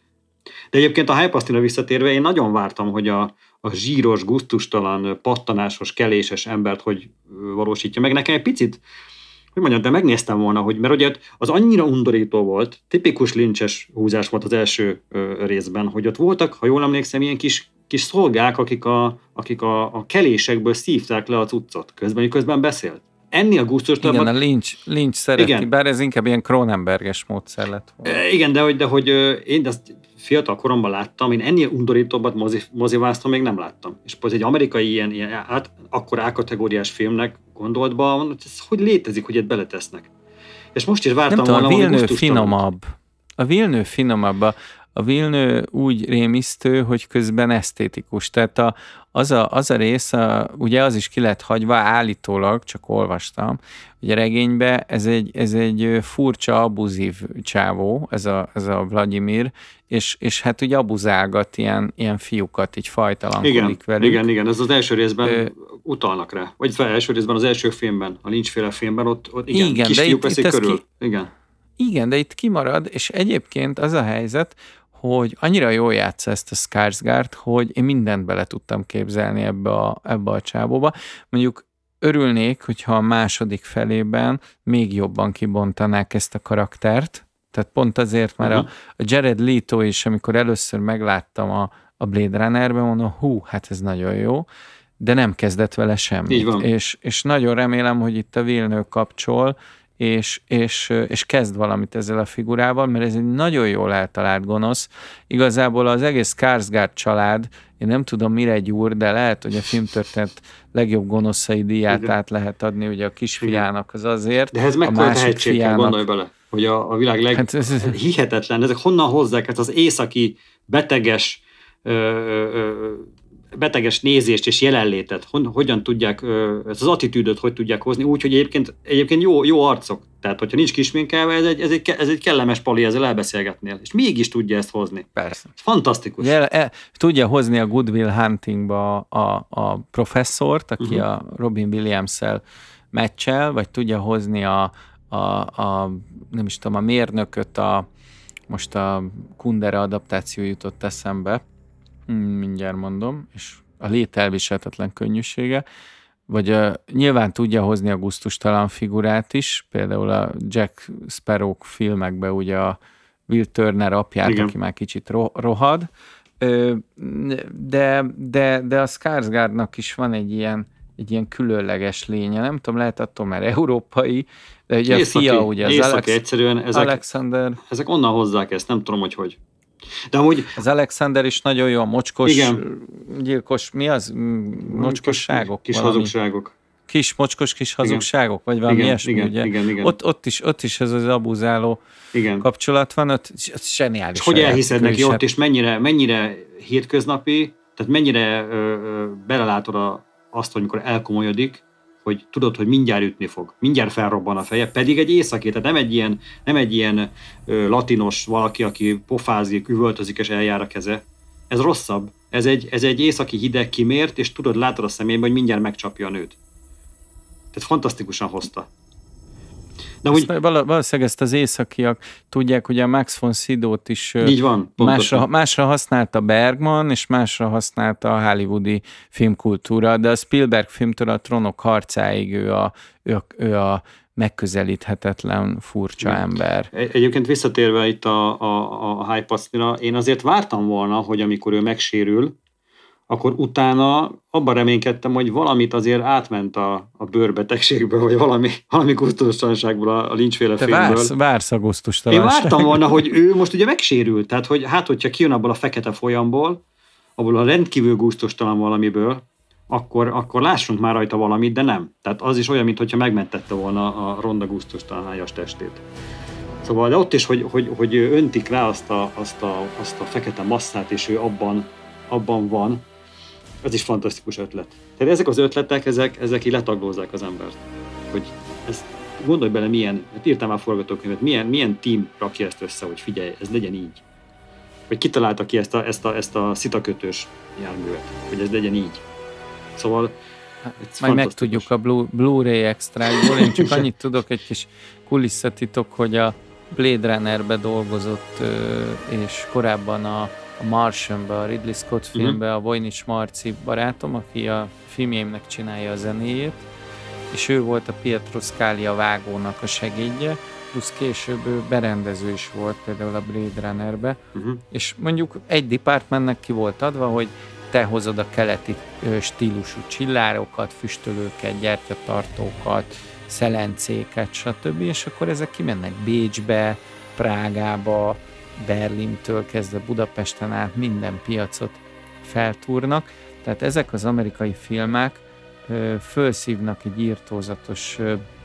De egyébként a hypasztina visszatérve, én nagyon vártam, hogy a zsíros, gusztustalan, pattanásos, keléses embert hogy valósítja meg. Nekem egy picit, hogy mondjam, de megnéztem volna, mert ugye az annyira undorító volt, tipikus lincses húzás volt az első részben, hogy ott voltak, ha jól emlékszem, ilyen kis szolgák, akik a kelésekből szívták le a cuccot, közben beszélt. Ennél gusztustalabban... Igen, a Lynch szereti, igen. Bár ez inkább ilyen Cronenberges módszer lett volna. Igen, de hogy én ezt fiatal koromban láttam, én ennél undorítóbbat mozivásztom még nem láttam. És ez egy amerikai ilyen akkor A-kategóriás filmnek gondoltba, hogy ez hogy létezik, hogy itt beletesznek. És most is vártam volna, hogy finomabb. A Villeneuve finomabb. A Villeneuve úgy rémisztő, hogy közben esztétikus. Tehát az a rész, ugye az is ki lett hagyva, állítólag, csak olvastam, hogy a regényben ez egy furcsa, abuzív csávó, ez a Vladimir, és hát ugye abuzálgat ilyen fiúkat, így fajtalankodik velük. Igen, ez az első részben utalnak rá. Vagy első részben, az első filmben, a Lynch-féle filmben, ott igen kisfiúk veszik körül. Igen, de itt kimarad, és egyébként az a helyzet, hogy annyira jól játsza ezt a Skarsgård, hogy én mindent bele tudtam képzelni ebbe a csábóba. Mondjuk örülnék, hogyha a második felében még jobban kibontanák ezt a karaktert. Tehát pont azért, mert a Jared Leto is, amikor először megláttam a Blade Runnerben, mondom, hát ez nagyon jó, de nem kezdett vele semmit. És nagyon remélem, hogy itt a Villeneuve kapcsol, és kezd valamit ezzel a figurával, mert ez egy nagyon jól eltalált gonosz. Igazából az egész Skarsgård család, én nem tudom mire gyúr, de lehet, hogy a filmtörténet legjobb gonoszai díját át lehet adni, ugye a kisfiának az azért. De ez mekkora tehetség kell, gondolj bele, hogy a világ hihetetlen, ezek honnan hozzák ezt az északi beteges nézést és jelenlétet, hogyan tudják, ezt az attitűdöt hogy tudják hozni, úgy, hogy egyébként jó arcok. Tehát, hogyha nincs kisminkelve, ez egy kellemes pali, ezzel elbeszélgetnél. És mégis tudja ezt hozni. Persze. Fantasztikus. Tudja hozni a Good Will Huntingba a professzort, aki a Robin Williams-szel meccsel, vagy tudja hozni a nem is tudom, a mérnököt, most a Kundera adaptáció jutott eszembe, mindjárt mondom, és a lét elviselhetetlen könnyűsége, vagy nyilván tudja hozni a gusztustalan figurát is, például a Jack Sparrow filmekben ugye a Will Turner apját, igen, aki már kicsit rohad, de a Skarsgårdnak is van egy ilyen különleges lénye, nem tudom, lehet attól, mert európai, de ugye északi, a fia, ugye az egyszerűen Alexander. Ezek onnan hozzák ezt, nem tudom, hogy. De amúgy... Az Alexander is nagyon jó, a mocskos, igen, gyilkos, mi az? Mocskosságok? Kis hazugságok. Kis hazugságok, vagy valami ilyesmi, ugye? Igen. Ott is ez az abuzáló, igen, kapcsolat van, ott zseniális. És hogy elhiszed neki ott, és mennyire hétköznapi, tehát mennyire belelátod azt, hogy amikor elkomolyodik, hogy tudod, hogy mindjárt ütni fog, mindjárt felrobban a feje, pedig egy északi, tehát nem egy ilyen latinos valaki, aki pofázik, üvöltözik és eljár a keze. Ez rosszabb. Ez egy északi hideg kimért, és tudod, látod a szemében, hogy mindjárt megcsapja a nőt. Tehát fantasztikusan hozta. De valószínűleg ezt az északiak tudják, hogy a Max von Sydow-t is így van, másra használta Bergman, és másra használta a hollywoodi filmkultúra, de a Spielberg filmtől a Trónok harcáig ő a megközelíthetetlen, furcsa ember. Egyébként visszatérve itt a hype-acnira, én azért vártam volna, hogy amikor ő megsérül, akkor utána abban reménykedtem, hogy valamit azért átment a bőrbetegségből, vagy valami gusztustalanságból a Lynch-féle filmből. Vársz a gusztustalanság. Én vártam volna, hogy ő most ugye megsérült, tehát hogy hogyha kijön abból a fekete folyamból, abból a rendkívül gusztustalan valamiből, akkor lássunk már rajta valamit, de nem. Tehát az is olyan, mintha megmentette volna a ronda gusztustalan hájas testét. Szóval de ott is, hogy öntik rá azt a fekete masszát, és ő abban van, ez is fantasztikus ötlet. Tehát ezek az ötletek, ezek így letaglózzák az embert. Hogy ezt, gondolj bele, írtam már forgatókönyvet, milyen team rakja ezt össze, hogy figyelj, ez legyen így. Vagy kitalálta ki ezt a szitakötős járművet, hogy ez legyen így. Szóval majd megtudjuk a Blu-ray extrákból. Én csak annyit tudok, egy kis kulisszatitok, hogy a Blade Runnerbe dolgozott, és korábban a Martianbe, a Ridley Scott filmbe a Voynich Marci barátom, aki a filmjeimnek csinálja a zenéjét, és ő volt a Pietro Scalia vágónak a segédje, plusz később ő berendező is volt például a Blade Runnerbe, és mondjuk egy departmentnek ki volt adva, hogy te hozod a keleti stílusú csillárokat, füstölőket, gyertyatartókat, szelencéket, stb. És akkor ezek kimennek Bécsbe, Prágába, Berlintől kezdve Budapesten át minden piacot feltúrnak. Tehát ezek az amerikai filmek fölszívnak egy irtózatos,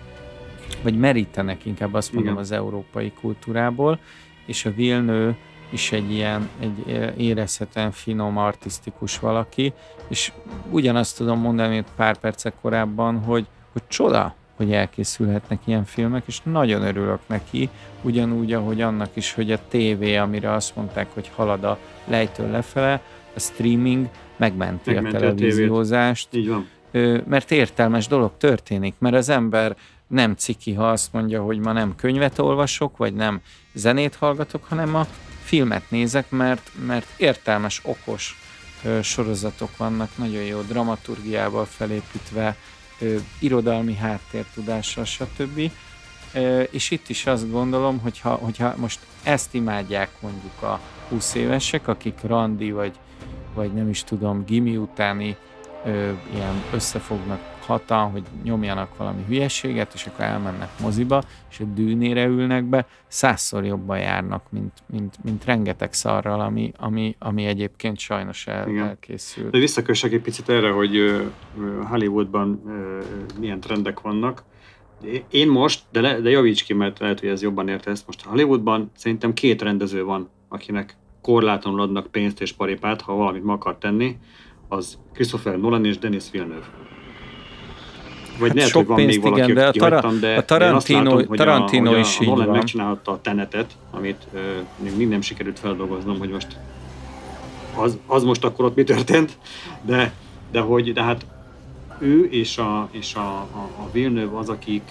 vagy merítenek inkább azt mondom az európai kultúrából, és a Villeneuve is egy érezhetően finom, artisztikus valaki, és ugyanazt tudom mondani, hogy pár percek korábban, hogy csoda, hogy elkészülhetnek ilyen filmek, és nagyon örülök neki, ugyanúgy, ahogy annak is, hogy a tévé, amire azt mondták, hogy halad a lejtőn lefele, a streaming megmenti a televíziózást. Így van. Mert értelmes dolog történik, mert az ember nem ciki, ha azt mondja, hogy ma nem könyvet olvasok, vagy nem zenét hallgatok, hanem a filmet nézek, mert értelmes, okos sorozatok vannak, nagyon jó dramaturgiával felépítve, irodalmi háttértudással, stb. És itt is azt gondolom, hogyha most ezt imádják mondjuk a 20 évesek, akik randi, vagy nem is tudom, gimi utáni ilyen összefognak hatan, hogy nyomjanak valami hülyeséget, és akkor elmennek moziba, és a dűnére ülnek be, 100-szor jobban járnak, mint rengeteg szarral, ami egyébként sajnos elkészül. De visszakössek egy picit erre, hogy Hollywoodban milyen trendek vannak. Én most, de javíts ki, mert lehet, hogy ez jobban értesz, most Hollywoodban szerintem 2 rendező van, akinek korlátlanul adnak pénzt és paripát, ha valamit meg akar tenni, az Christopher Nolan és Denis Villeneuve. vagy lehet, hogy van még valaki, de akit kihagytam, de a Tarantino is így Nolan van. megcsinálta a Tenetet, amit még nem sikerült feldolgoznom, hogy most az most akkor ott mi történt, de hát ő és a Villeneuve az, akik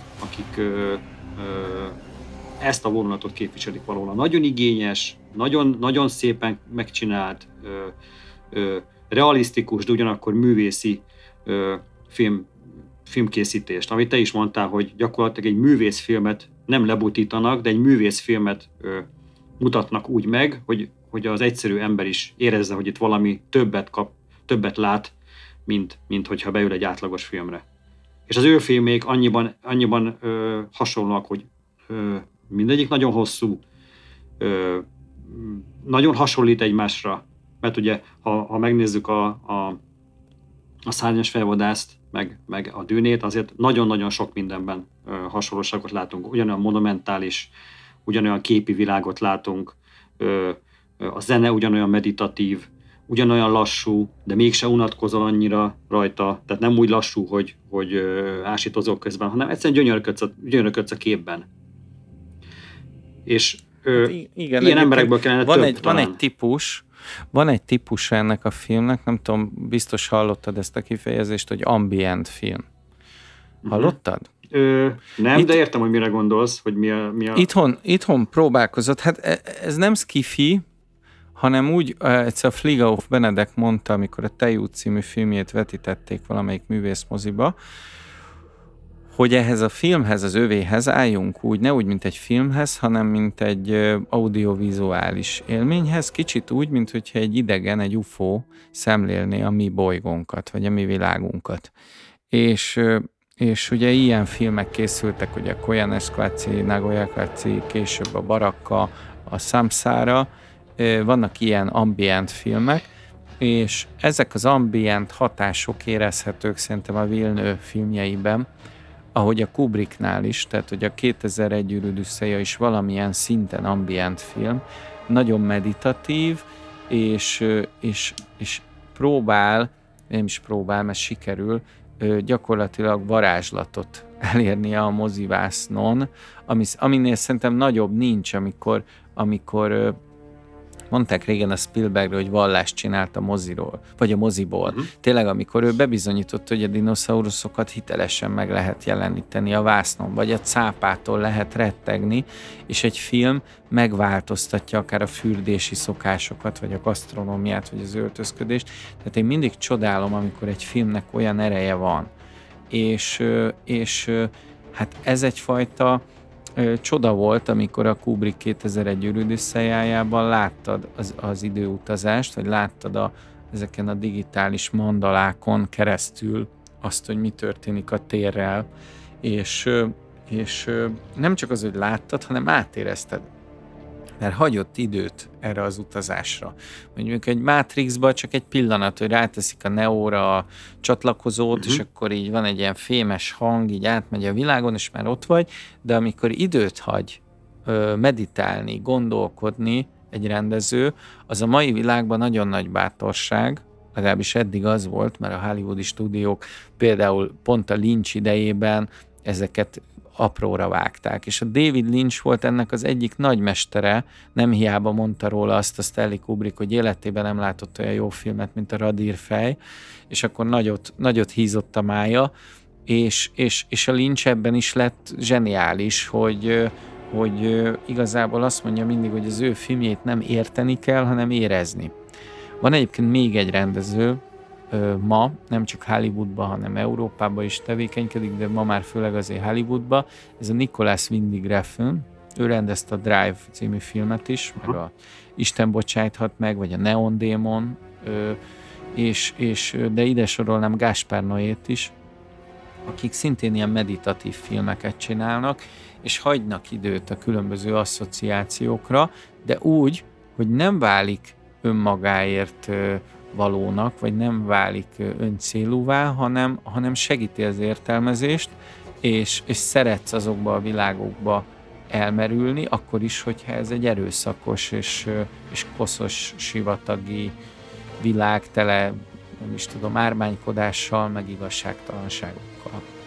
ezt a vonulatot képviselik valóban. Nagyon igényes, nagyon szépen megcsinált, realisztikus, de ugyanakkor művészi filmkészítést. Amit te is mondtál, hogy gyakorlatilag egy művészfilmet nem lebutítanak, de egy művészfilmet mutatnak úgy meg, hogy az egyszerű ember is érezze, hogy itt valami többet lát, mint hogyha beül egy átlagos filmre. És az ő filmék annyiban hasonlóak, hogy mindegyik nagyon hosszú, nagyon hasonlít egymásra, mert ugye, ha megnézzük a Szárnyas fejvadászt, meg a Dűnét, azért nagyon-nagyon sok mindenben hasonlóságot látunk. Ugyanolyan monumentális, ugyanolyan képi világot látunk, a zene ugyanolyan meditatív, ugyanolyan lassú, de mégse unatkozol annyira rajta, tehát nem úgy lassú, hogy ásítozol közben, hanem egyszerűen gyönyörködsz a képben. És igen, ilyen emberekből kellene több talán. Van egy típus ennek a filmnek, nem tudom, biztos hallottad ezt a kifejezést, hogy ambient film. Hallottad? Nem, de értem, hogy mire gondolsz, hogy mi a... Itthon próbálkozott, hát ez nem sci-fi, hanem úgy, egyszer a Flieghoff Benedek mondta, amikor a Tejút című filmjét vetítették valamelyik művészmoziba, hogy ehhez a filmhez, az övéhez álljunk úgy, ne úgy, mint egy filmhez, hanem mint egy audiovizuális élményhez, kicsit úgy, mint hogyha egy idegen, egy UFO szemlélné a mi bolygónkat, vagy a mi világunkat. És ugye ilyen filmek készültek, ugye Koyaanisqatsi, Nagoya-Katsi, később a Baraka, a Samsara, vannak ilyen ambient filmek, és ezek az ambient hatások érezhetők szerintem a Villeneuve filmjeiben, ahogy a Kubricknál is, tehát hogy a 2001 űr Odüsszeja is valamilyen szinten ambient film, nagyon meditatív, és próbál, mert sikerül gyakorlatilag varázslatot elérnie a mozivásznon, aminél szerintem nagyobb nincs, amikor mondták régen a Spielbergről, hogy vallást csinált a moziról, vagy a moziból. Tényleg, amikor ő bebizonyította, hogy a dinoszauruszokat hitelesen meg lehet jeleníteni a vásznon, vagy a cápától lehet rettegni, és egy film megváltoztatja akár a fürdési szokásokat, vagy a gasztronómiát, vagy az öltözködést. Tehát én mindig csodálom, amikor egy filmnek olyan ereje van. És hát ez egyfajta csoda volt, amikor a Kubrick 2001 űr Odüsszejájában láttad az időutazást, vagy láttad ezeken a digitális mandalákon keresztül azt, hogy mi történik a térrel, és nem csak az, hogy láttad, hanem átérezted, mert hagyott időt erre az utazásra. Mondjuk egy Matrixba csak egy pillanat, hogy ráteszik a Neóra a csatlakozót, és akkor így van egy ilyen fémes hang, így átmegy a világon, és már ott vagy, de amikor időt hagy meditálni, gondolkodni egy rendező, az a mai világban nagyon nagy bátorság, legalábbis eddig az volt, mert a hollywoodi stúdiók például pont a Lynch idejében ezeket apróra vágták. És a David Lynch volt ennek az egyik nagymestere, nem hiába mondta róla azt a Stanley Kubrick, hogy életében nem látott olyan jó filmet, mint a Radírfej, és akkor nagyot hízott a mája, és a Lynch ebben is lett zseniális, hogy igazából azt mondja mindig, hogy az ő filmjét nem érteni kell, hanem érezni. Van egyébként még egy rendező, ma nem csak Hollywoodban, hanem Európában is tevékenykedik, de ma már főleg azért Hollywoodban. Ez a Nicholas Winding Refn. Ő rendezte a Drive című filmet is, meg a Isten bocsájthat meg, vagy a Neon Demon, de ide sorolnám Gaspar Noét is, akik szintén ilyen meditatív filmeket csinálnak, és hagynak időt a különböző asszociációkra, de úgy, hogy nem válik önmagáért valónak, vagy nem válik öncélúvá, hanem segíti az értelmezést, és szeretsz azokba a világokba elmerülni, akkor is, hogyha ez egy erőszakos és koszos sivatagi világ tele, nem is tudom, ármánykodással, meg igazságtalanságokkal.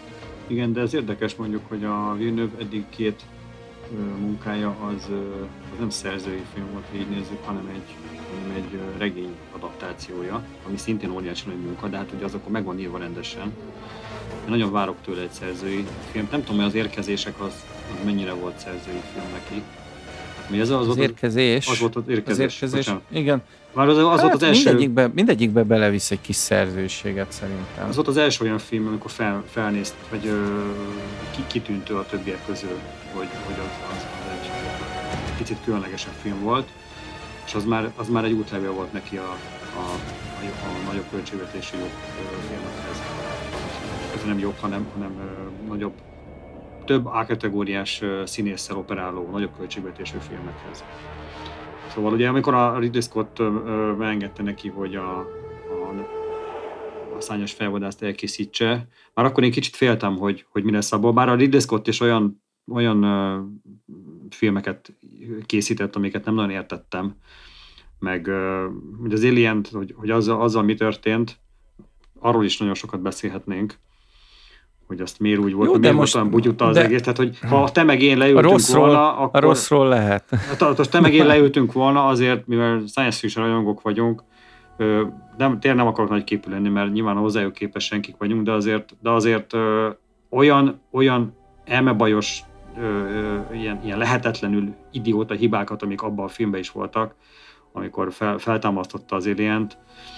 Igen, de ez érdekes mondjuk, hogy a Villeneuve eddig 2 munkája az nem szerzői film volt, így nézzük, hanem egy regény adaptációja, ami szintén óriási nagy munka, de hát ugye az akkor meg van írva rendesen. Én nagyon várok tőle egy szerzői film. Nem tudom, hogy az érkezések az mennyire volt szerzői film neki. Az érkezés. Az volt az érkezés. Igen. Már az volt az első... Mindegyikbe belevisz egy kis szerzőséget szerintem. Az volt az első olyan film, amikor felnézt, vagy kitűnt a többiek közül, hogy az egy picit különlegesen film volt, és az már egy útlevél volt neki a nagyobb költségvetésű filmekhez. Ez nem jobb, hanem nagyobb, több A-kategóriás színésszel operáló, nagyobb költségvetésű filmekhez. Szóval ugye, amikor a Ridley Scott beengedte neki, hogy a szárnyas fejvadászt elkészítse, már akkor én kicsit féltem, hogy mi lesz abból. Bár a Ridley Scott is olyan filmeket készített, amiket nem nagyon értettem, meg hogy az Alien, hogy azzal mi történt, arról is nagyon sokat beszélhetnénk, hogy azt miért úgy volt, miért most olyan bugyuta az egész. Tehát, hogy ha te meg én leültünk volna, akkor... A rosszról lehet. Hát, te meg én leültünk volna azért, mivel science fiction rajongók vagyunk, tényleg nem akarok nagy képű lenni, mert nyilván hozzájuk képes senkik vagyunk, de azért olyan elmebajos, ilyen lehetetlenül idióta hibákat, amik abban a filmben is voltak, amikor feltámasztotta az Alient,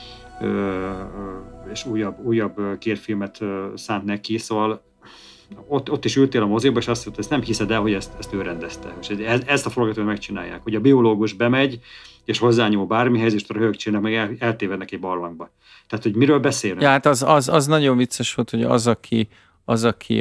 és újabb 2 filmet szánt neki, szóval ott is ültél a moziba, és azt mondta, ezt nem hiszed el, hogy ezt ő rendezte. És ezt a forgatót megcsinálják, hogy a biológus bemegy, és hozzányúl bármihez, és röhögcsének, meg eltévednek egy barlangba. Tehát, hogy miről beszélünk? Ja, hát az nagyon vicces volt, hogy az, aki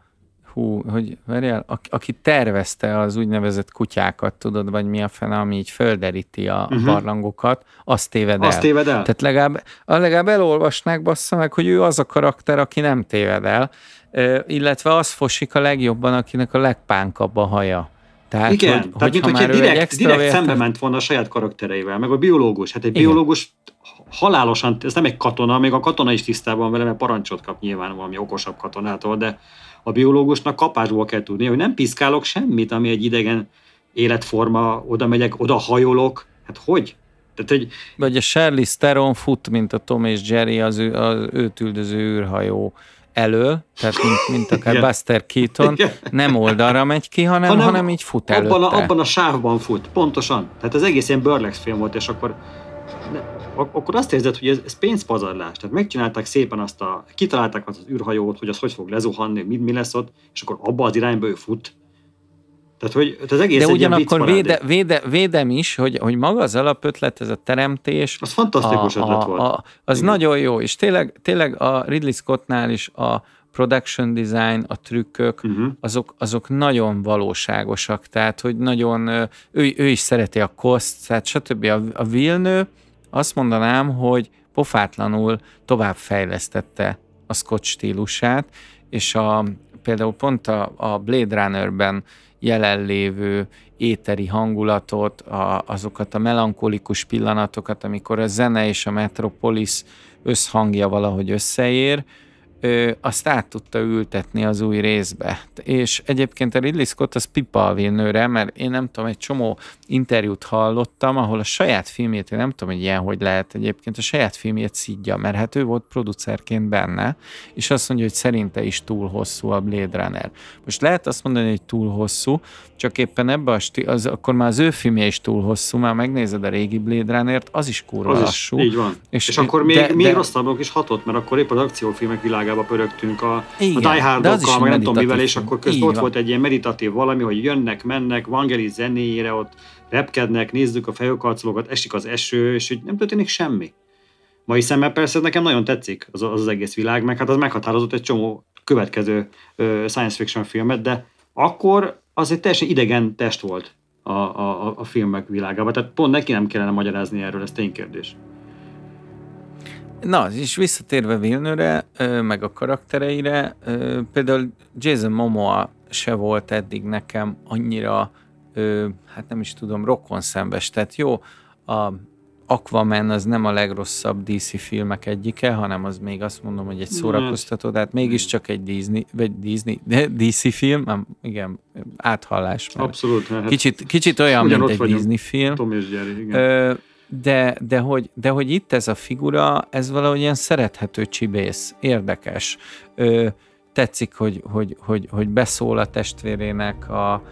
aki tervezte az úgynevezett kutyákat, tudod, vagy mi a fene, ami így földeríti a barlangokat, azt téved el. Tehát legalább elolvasnák, bassza meg, hogy ő az a karakter, aki nem téved el, illetve az fosik a legjobban, akinek a legpánkabb a haja. Tehát, igen, tehát mint hogyha direkt szembe ment volna a saját karaktereivel, meg a biológus. Hát egy biológus halálosan, ez nem egy katona, még a katona is tisztában vele, mert parancsot kap nyilván valami okosabb katonától, de a biológusnak kapásból kell tudni, hogy nem piszkálok semmit, ami egy idegen életforma, oda megyek, oda hajolok. Hát hogy? Tehát, vagy a Charlize Theron fut, mint a Tom és Jerry, az őt üldöző űrhajó elől, tehát mint akár Buster Keaton, nem oldalra megy ki, hanem így fut előtte. Abban a sávban fut, pontosan. Tehát az egész ilyen burlesque film volt, és akkor azt érzed, hogy ez pénzpazarlás. Tehát megcsinálták szépen kitalálták azt az űrhajót, hogy az hogy fog lezuhanni, mi lesz ott, és akkor abba az irányba ő fut. Tehát, hogy az egész. De ugyanakkor védem is, hogy maga az alapötlet, ez a teremtés. Az fantasztikus ötlet volt. Az igen. Nagyon jó, és tényleg a Ridley Scottnál is a production design, a trükkök, azok nagyon valóságosak, tehát, hogy nagyon, ő is szereti a koszt, tehát stb. A Villeneuve, azt mondanám, hogy pofátlanul továbbfejlesztette a Scott stílusát, és például pont a Blade Runnerben jelenlévő éteri hangulatot, azokat a melankolikus pillanatokat, amikor a zene és a Metropolis összhangja valahogy összeér, azt át tudta ültetni az új részbe. És egyébként a Ridley Scott az pipa a Villeneuve-re, mert én nem tudom, egy csomó interjút hallottam, ahol a saját filmjét, én nem tudom, hogy ilyen hogy lehet egyébként, a saját filmjét szidja, mert hát ő volt producerként benne, és azt mondja, hogy szerinte is túl hosszú a Blade Runner. Most lehet azt mondani, hogy túl hosszú, csak éppen ebben akkor már az ő filmje is túl hosszú, már megnézed a régi Blade Runnert, az is kurva lassú. Így van. És akkor még rosszabbak is hatott, mert akkor épp az akciófilmek világába pörögtünk a Die Hardokkal, meg nem tudom mivel, és akkor közben ott volt egy ilyen meditatív valami, hogy jönnek, mennek, Vangelis zenéjére, ott repkednek, nézzük a fejőkarcolókat, esik az eső, és hogy nem történik semmi. Mai szemmel persze nekem nagyon tetszik az egész világ, meg hát az meghatározott egy csomó következő science fiction filmet, de akkor az egy teljesen idegen test volt a filmek világában. Tehát pont neki nem kellene magyarázni erről, ez ténykérdés. Na, és visszatérve Villeneuve-re, meg a karaktereire, például Jason Momoa se volt eddig nekem annyira, hát nem is tudom, rokonszenves. Tehát jó, Aquaman az nem a legrosszabb DC filmek egyike, hanem az még azt mondom, hogy egy szórakoztató, tehát mégiscsak egy DC film, igen, áthallás. Abszolút. Kicsit olyan, mint egy Disney film. Tom és Jerry, igen. De hogy itt ez a figura, ez valahogy ilyen szerethető csibész, érdekes. Tetszik, hogy beszól a testvérének,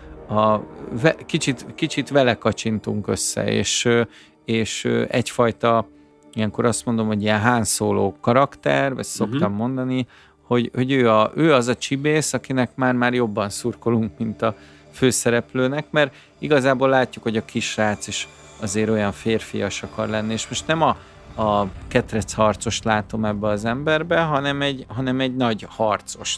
kicsit vele kacsintunk össze, és egyfajta, ilyenkor azt mondom, hogy ilyen Han Solo karakter, ezt szoktam mondani, hogy ő az a csibész, akinek már jobban szurkolunk, mint a főszereplőnek, mert igazából látjuk, hogy a kisrác is azért olyan férfias akar lenni, és most nem a ketrec harcost látom ebbe az emberbe, hanem egy nagy harcost,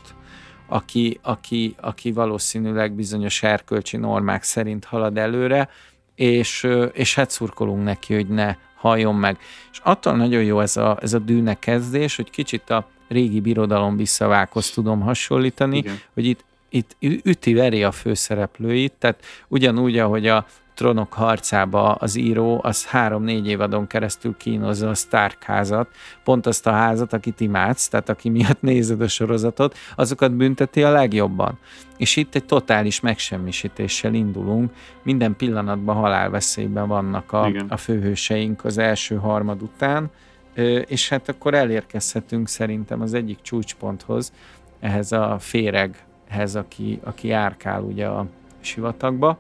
aki valószínűleg bizonyos erkölcsi normák szerint halad előre, és hát szurkolunk neki, hogy ne halljon meg. És attól nagyon jó ez a Dűne kezdés, hogy kicsit a régi birodalom visszavághoz tudom hasonlítani, igen. Hogy itt üti-veri a főszereplőit, tehát ugyanúgy, ahogy a Trónok harcába az író az 3-4 évadon keresztül kínozza a Stark házat, pont azt a házat, akit imádsz, tehát aki miatt nézed a sorozatot, azokat bünteti a legjobban. És itt egy totális megsemmisítéssel indulunk, minden pillanatban halálveszélyben vannak a főhőseink az első harmad után, és hát akkor elérkezhetünk szerintem az egyik csúcsponthoz, ehhez a féreghez, aki járkál ugye a sivatagba.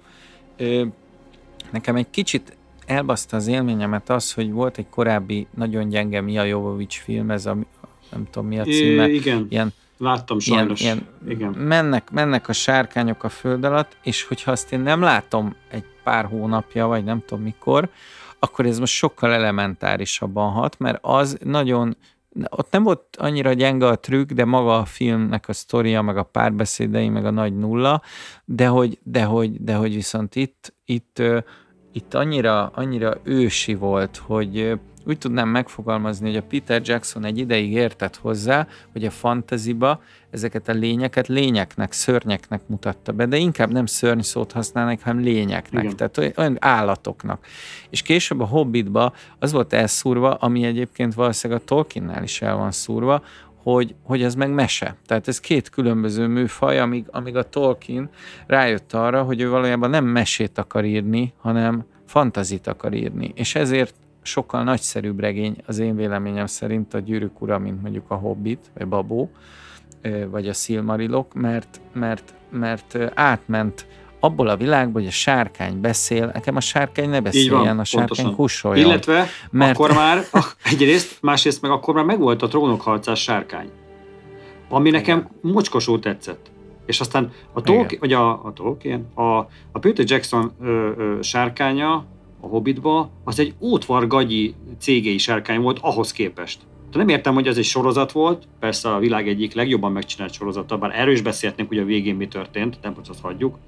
Nekem egy kicsit elbaszta az élményemet az, hogy volt egy korábbi nagyon gyenge Mia Jovovich film, ez nem tudom mi a címe. Igen, láttam sajnos. Igen. Mennek a sárkányok a föld alatt, és hogyha azt én nem látom egy pár hónapja, vagy nem tudom mikor, akkor ez most sokkal elementárisabban hat, mert az nagyon, ott nem volt annyira gyenge a trükk, de maga a filmnek a sztoria, meg a párbeszédei, meg a nagy nulla, de hogy viszont itt annyira ősi volt, hogy úgy tudnám megfogalmazni, hogy a Peter Jackson egy ideig értett hozzá, hogy a fantasyba ezeket a lényeket lényeknek, szörnyeknek mutatta be, de inkább nem szörny szót használnak, hanem lényeknek, igen. Tehát olyan állatoknak. És később a Hobbitba az volt elszúrva, ami egyébként valószínűleg a Tolkiennál is el van szúrva, hogy ez meg mese. Tehát ez két különböző műfaj, amíg a Tolkien rájött arra, hogy ő valójában nem mesét akar írni, hanem fantazit akar írni. És ezért sokkal nagyszerűbb regény az én véleményem szerint a Gyűrűk ura, mint mondjuk a Hobbit, vagy Babó, vagy a Silmarilok, mert átment abból a világból, hogy a sárkány beszél, nekem a sárkány ne beszéljen, a sárkány kussoljon. Illetve akkor már, egyrészt, másrészt meg akkor már megvolt a Trónok harcás sárkány, ami nekem mocskosul tetszett. És aztán a Tolkien, a Peter Jackson sárkánya a Hobbitba, az egy ótvargagyi cégei sárkány volt ahhoz képest. Nem értem, hogy ez egy sorozat volt, persze a világ egyik legjobban megcsinált sorozata, bár erről is beszélhetnénk, hogy a végén mi történt, nem most azt hagyjuk,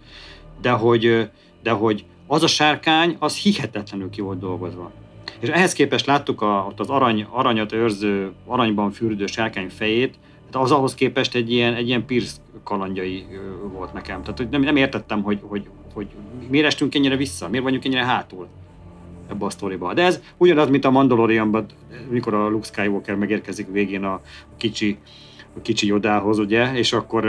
de hogy az a sárkány, az hihetetlenül ki volt dolgozva. És ehhez képest láttuk ott az aranyat őrző, aranyban fürdő sárkány fejét, az ahhoz képest egy ilyen Pierce kalandjai volt nekem. Tehát nem értettem, hogy miért estünk ennyire vissza, miért vagyunk ennyire hátul ebbe a sztoriba. De ez ugyanaz, mint a Mandalorianban, mikor a Luke Skywalker megérkezik végén a kicsi Yodához, ugye, és akkor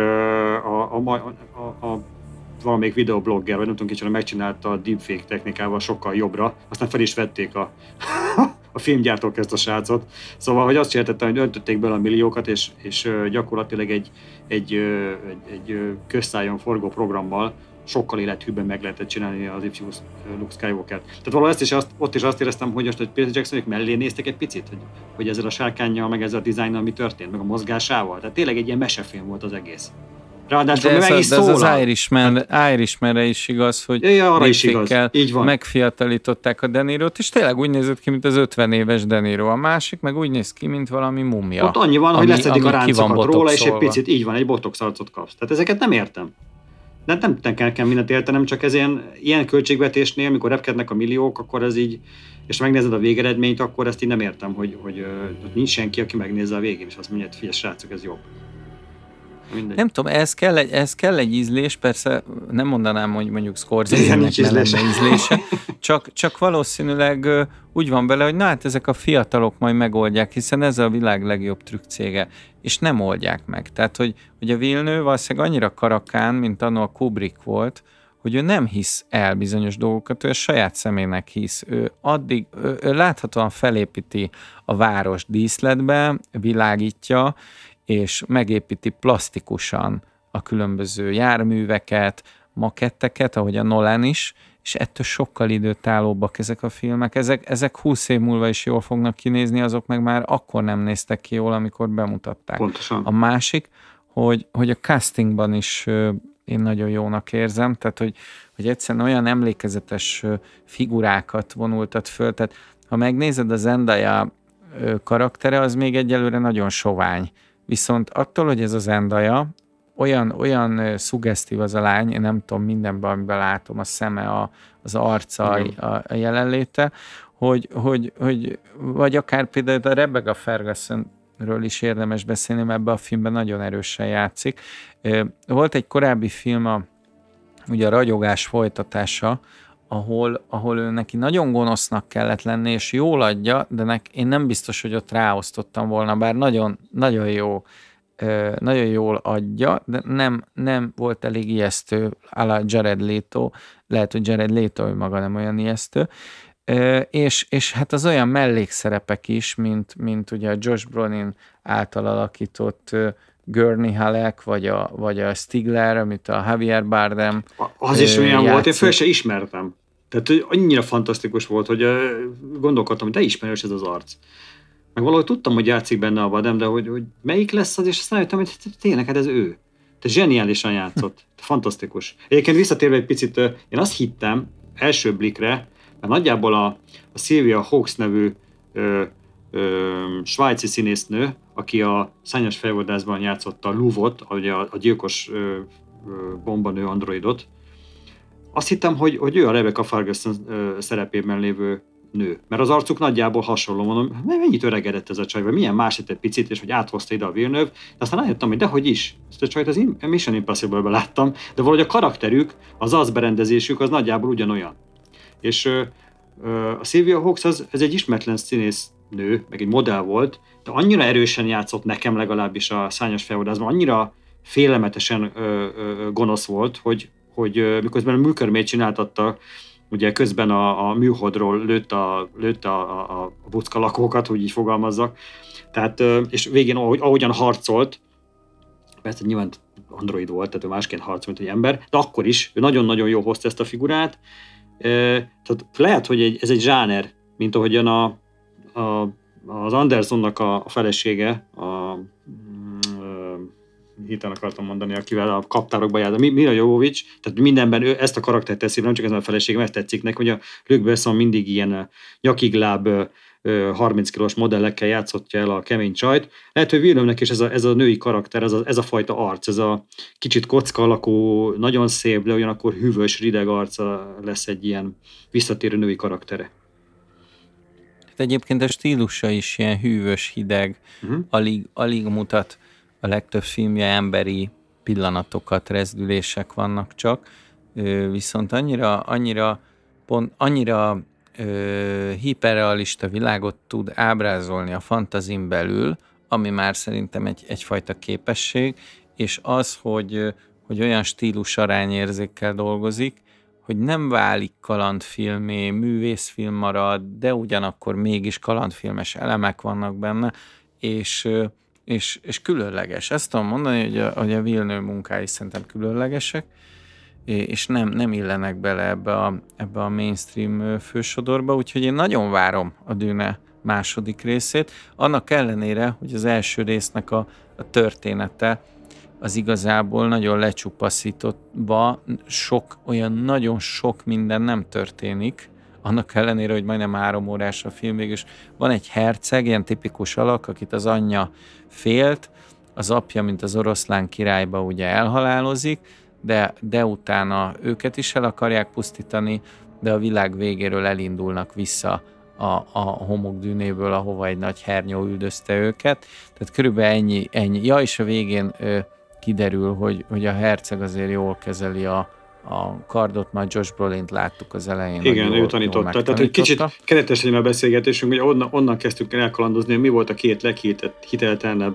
valamelyik videoblogger, vagy nem tudom kicsit, megcsinálta a deepfake technikával sokkal jobbra, aztán fel is vették a filmgyártók ezt a srácot. Szóval, hogy azt csináltattam, hogy öntötték bele a milliókat, és gyakorlatilag egy közszájon forgó programmal sokkal élethűbben meg lehetett csinálni az ifjú Luke Skywalker-t. Tehát valahogy ott is azt éreztem, hogy most Peter Jacksonék mellé néztek egy picit, hogy ezzel a sárkánnyal, meg ezzel a dizájnnal mi történt, meg a mozgásával. Tehát tényleg egy ilyen mesefilm volt az egész. Ráadásul meg is szólal. Ez az Irishmanre is igaz, hogy arra is igaz. Megfiatalították a De Nirot, és tényleg úgy nézett ki, mint az 50 éves De Niro. A másik meg úgy néz ki, mint valami mumia. Ott annyi van, hogy leszedik a ráncokat róla, és egy picit így van, egy botox arcot kapsz. Tehát ezeket nem értem. De nem kell mindent értenem, csak ez ilyen költségvetésnél, amikor repkednek a milliók, akkor ez így, és megnézed a végeredményt, akkor ezt így nem értem, hogy nincs senki, aki megnézze a végén, és azt mondja, hogy figyelj, srácok, ez jobb. mindegy. Nem tudom, ez kell egy ízlés, persze nem mondanám, hogy mondjuk Scorsese-nek ne lenne ízlése, csak valószínűleg úgy van bele, hogy na hát ezek a fiatalok majd megoldják, hiszen ez a világ legjobb trükkcége, és nem oldják meg. Tehát, hogy a Villeneuve valószínűleg annyira karakán, mint anno a Kubrick volt, hogy ő nem hisz el bizonyos dolgokat, ő a saját személynek hisz. Ő láthatóan felépíti a város díszletbe, világítja, és megépíti plastikusan a különböző járműveket, maketteket, ahogy a Nolan is, és ettől sokkal időtállóbbak ezek a filmek. Ezek 20 év múlva is jól fognak kinézni, azok meg már akkor nem néztek ki jól, amikor bemutatták. Pontosan. A másik, hogy a castingban is én nagyon jónak érzem, tehát hogy egyszerűen olyan emlékezetes figurákat vonultat föl, tehát ha megnézed a Zendaya karaktere, az még egyelőre nagyon sovány. Viszont attól, hogy ez a Zendaya, olyan szuggesztív az a lány, én nem tudom, mindenben, amiben látom, a szeme, az arca, a jelenléte, hogy vagy akár például a Rebecca Fergusonről is érdemes beszélni, mert ebben a filmben nagyon erősen játszik. Volt egy korábbi film, ugye a Ragyogás folytatása, ahol ő neki nagyon gonosznak kellett lenni, és jól adja, de én nem biztos, hogy ott ráosztottam volna, bár nagyon, nagyon jó, nagyon jól adja, de nem volt elég ijesztő, à la Jared Leto, lehet, hogy Jared Leto maga nem olyan ijesztő, és hát az olyan mellékszerepek is, mint ugye a Josh Brolin által alakított Gurney Halleck, vagy a Stigler, amit a Javier Bardem az is olyan volt, én föl se ismertem. Tehát hogy annyira fantasztikus volt, hogy gondolkodtam, hogy de ismerős ez az arc. Meg valahogy tudtam, hogy játszik benne a Bardem, de hogy melyik lesz az, és aztán jöttem, hogy tényleg, hát ez ő. Tehát zseniálisan játszott. Fantasztikus. Egyébként visszatérve egy picit, én azt hittem első blikre, mert nagyjából a Sylvia Hawks nevű svájci színésznő, aki a Szányos fejvadászban játszotta Luvot, a gyilkos bombanő androidot, azt hittem, hogy ő a Rebecca Ferguson szerepében lévő nő. Mert az arcuk nagyjából hasonló, mondom, mennyit öregedett ez a csaj, vagy milyen más egy picit, és hogy áthozta ide a Villeneuve, de aztán rájöttem, hogy dehogy is. Ezt a csajt az Mission Impossible-ben láttam, de valahogy a karakterük, az arcberendezésük az nagyjából ugyanolyan. És a Sylvia Hawks ez egy ismeretlen színésznő, meg egy modell volt, de annyira erősen játszott nekem legalábbis a Szányos fejvadászban, annyira félelmetesen gonosz volt, hogy miközben a műkörmét csináltatta, ugye közben a műholdról lőtt a bucka lakókat, hogy így fogalmazzak. Tehát, és végén ahogyan harcolt, persze nyilván android volt, tehát ő másként harcolt, mint egy ember, de akkor is ő nagyon-nagyon jól hozta ezt a figurát. Tehát lehet, hogy ez egy zsáner, mint ahogyan az Andersonnak a felesége, hirtelen akartam mondani, akivel a kaptárokba jár, Mila Jovovich, tehát mindenben ő ezt a karaktert teszi, nem csak ez a feleségem, ezt tetszik neki, hogy a Luc Besson mindig ilyen nyakigláb 30 kilós modellekkel játszottja el a kemény csajt. Lehet, hogy Villeneuve-nek is ez a női karakter, ez a fajta arc, ez a kicsit kocka alakú, nagyon szép, de ugyanakkor hűvös, rideg arca lesz egy ilyen visszatérő női karaktere. Egyébként a stílusa is ilyen hűvös, hideg, alig mutat a legtöbb filmje emberi pillanatokat, rezdülések vannak csak, viszont annyira hiperrealista világot tud ábrázolni a fantazin belül, ami már szerintem egyfajta képesség, és az, hogy olyan stílus arányérzékkel dolgozik, hogy nem válik kalandfilmé, művészfilm marad, de ugyanakkor mégis kalandfilmes elemek vannak benne, és különleges. Ezt tudom mondani, hogy a Villeneuve munkái szerintem különlegesek, és nem illenek bele ebbe a mainstream fősodorba, úgyhogy én nagyon várom a Dune második részét, annak ellenére, hogy az első résznek a története az igazából nagyon lecsupaszítottba, nagyon sok minden nem történik, annak ellenére, hogy majdnem 3 órás a film, és van egy herceg, ilyen tipikus alak, akit az anyja félt, az apja, mint az Oroszlán királyba ugye elhalálozik, de utána őket is el akarják pusztítani, de a világ végéről elindulnak vissza a homokdűnéből, ahova egy nagy hernyó üldözte őket. Tehát körülbelül ennyi. Ja, és a végén kiderül, hogy a herceg azért jól kezeli a kardot, majd Josh Brolint láttuk az elején. Igen, ő tanította. Tehát, hogy kicsit keretes legyen a beszélgetésünk, hogy onnan kezdtük el elkalandozni, hogy mi volt a két leghiteltelenebb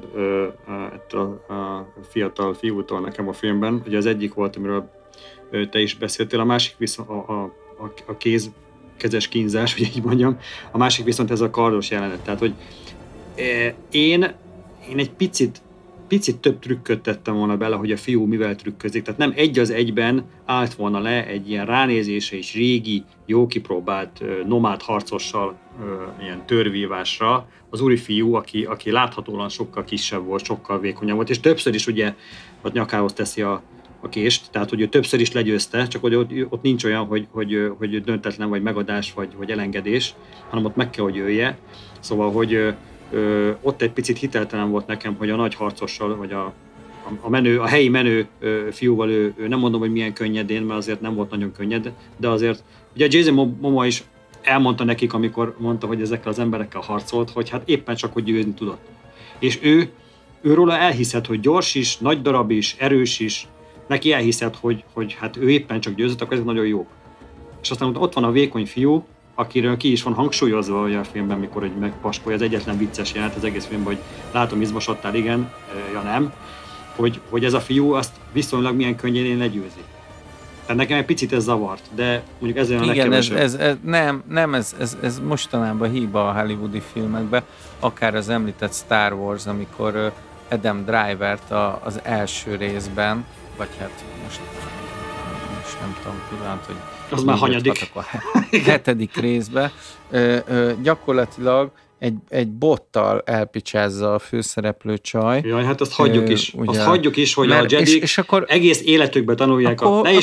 a fiatal fiútól nekem a filmben. Ugye az egyik volt, amiről te is beszéltél, a másik viszont a kezes kínzás, hogy így mondjam, a másik viszont ez a kardos jelenet. Tehát, hogy én egy picit több trükköt tettem volna bele, hogy a fiú mivel trükközik. Tehát nem egy az egyben állt volna le egy ilyen ránézése és régi, jó kipróbált nomád harcossal ilyen törvívásra az úri fiú, aki láthatóan sokkal kisebb volt, sokkal vékonyabb volt, és többször is ugye a nyakához teszi a kést, tehát hogy ő többször is legyőzte, csak hogy ott nincs olyan, hogy döntetlen, vagy megadás, vagy elengedés, hanem ott meg kell, hogy jöjje. Szóval, hogy ott egy picit hiteltelen volt nekem, hogy a nagy harcossal, vagy a helyi menő fiúval ő nem mondom, hogy milyen könnyedén, mert azért nem volt nagyon könnyed, de azért, ugye Jason Momoa is elmondta nekik, amikor mondta, hogy ezekkel az emberekkel harcolt, hogy hát éppen csak, hogy győzni tudott. És őróla elhiszed, hogy gyors is, nagy darab is, erős is, neki elhiszed, hogy hát ő éppen csak győzött, akkor ezek nagyon jók. És aztán ott van a vékony fiú, akiről ki is van hangsúlyozva hogy a filmben, mikor hogy megpaskolja, az egyetlen vicces jelent az egész filmben, hogy látom, izmosodtál, igen, ja nem, hogy ez a fiú azt viszonylag milyen könnyedén legyőzi. Tehát nekem egy picit ez zavart, de mondjuk ezzel a legkevesebb. Ez mostanában hiba a hollywoodi filmekben, akár az említett Star Wars, amikor Adam Drivert az első részben, vagy hát most nem tudom, pillanat, hogy az már hanyadik. A 7. részben gyakorlatilag egy bottal elpicsázza a főszereplő csaj. Jaj, hát azt hagyjuk is. Ugye, azt hagyjuk is, hogy a Jedik és akkor, egész életükben tanulják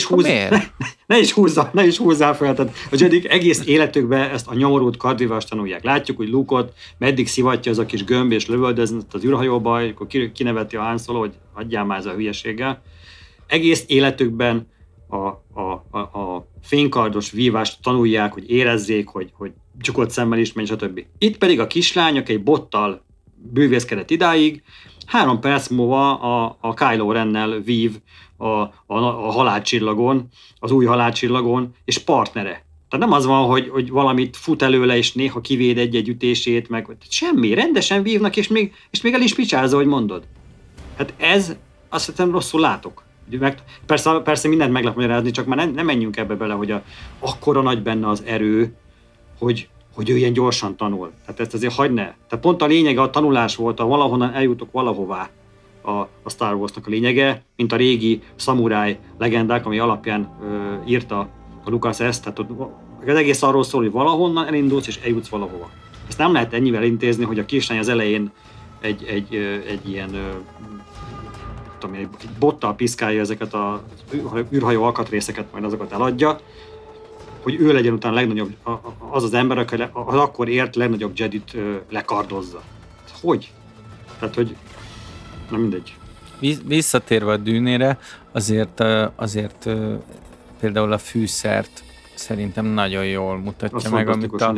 ne is húzzál fel. Tehát a Jedik egész életükben ezt a nyomorult kardvívást tanulják. Látjuk, hogy Luke-ot meddig szivatja az a kis gömb, és lövöldözni az űrhajóba, akkor kineveti a Han Solo, hogy adjál már ezzel a hülyeséggel. Egész életükben a fénykardos vívást tanulják, hogy érezzék, hogy csukott szemmel is menj, stb. Itt pedig a kislány, aki egy bottal bűvészkedett idáig, 3 perc múlva a Kylo Rennel vív a halálcsillagon, az új halálcsillagon, és partnere. Tehát nem az van, hogy valamit fut előle, és néha kivéd egy-egy ütését, meg semmi, rendesen vívnak, és még el is picsázza, hogy mondod. Hát ez, azt hiszem, rosszul látok. Persze mindent meg lehet magyarázni, csak már nem menjünk ebbe bele, hogy akkora nagy benne az erő, hogy ő ilyen gyorsan tanul. Tehát ezt azért hagyd ne. Tehát pont a lényege a tanulás volt, valahonnan eljutok valahová a Star Wars-nak a lényege, mint a régi szamuráj legendák, ami alapján írta a Lucas ezt. Tehát az egész arról szól, hogy valahonnan elindulsz és eljutsz valahova. Ezt nem lehet ennyivel intézni, hogy a kislány az elején egy ilyen egy bottal piszkálja ezeket az űrhajó alkatrészeket, majd azokat eladja, hogy ő legyen utána a legnagyobb, az ember, aki az akkor ért legnagyobb Jedit lekardozza. Hogy? Tehát, hogy nem mindegy. Visszatérve a Dűnére, azért például a fűszert szerintem nagyon jól mutatja azt meg,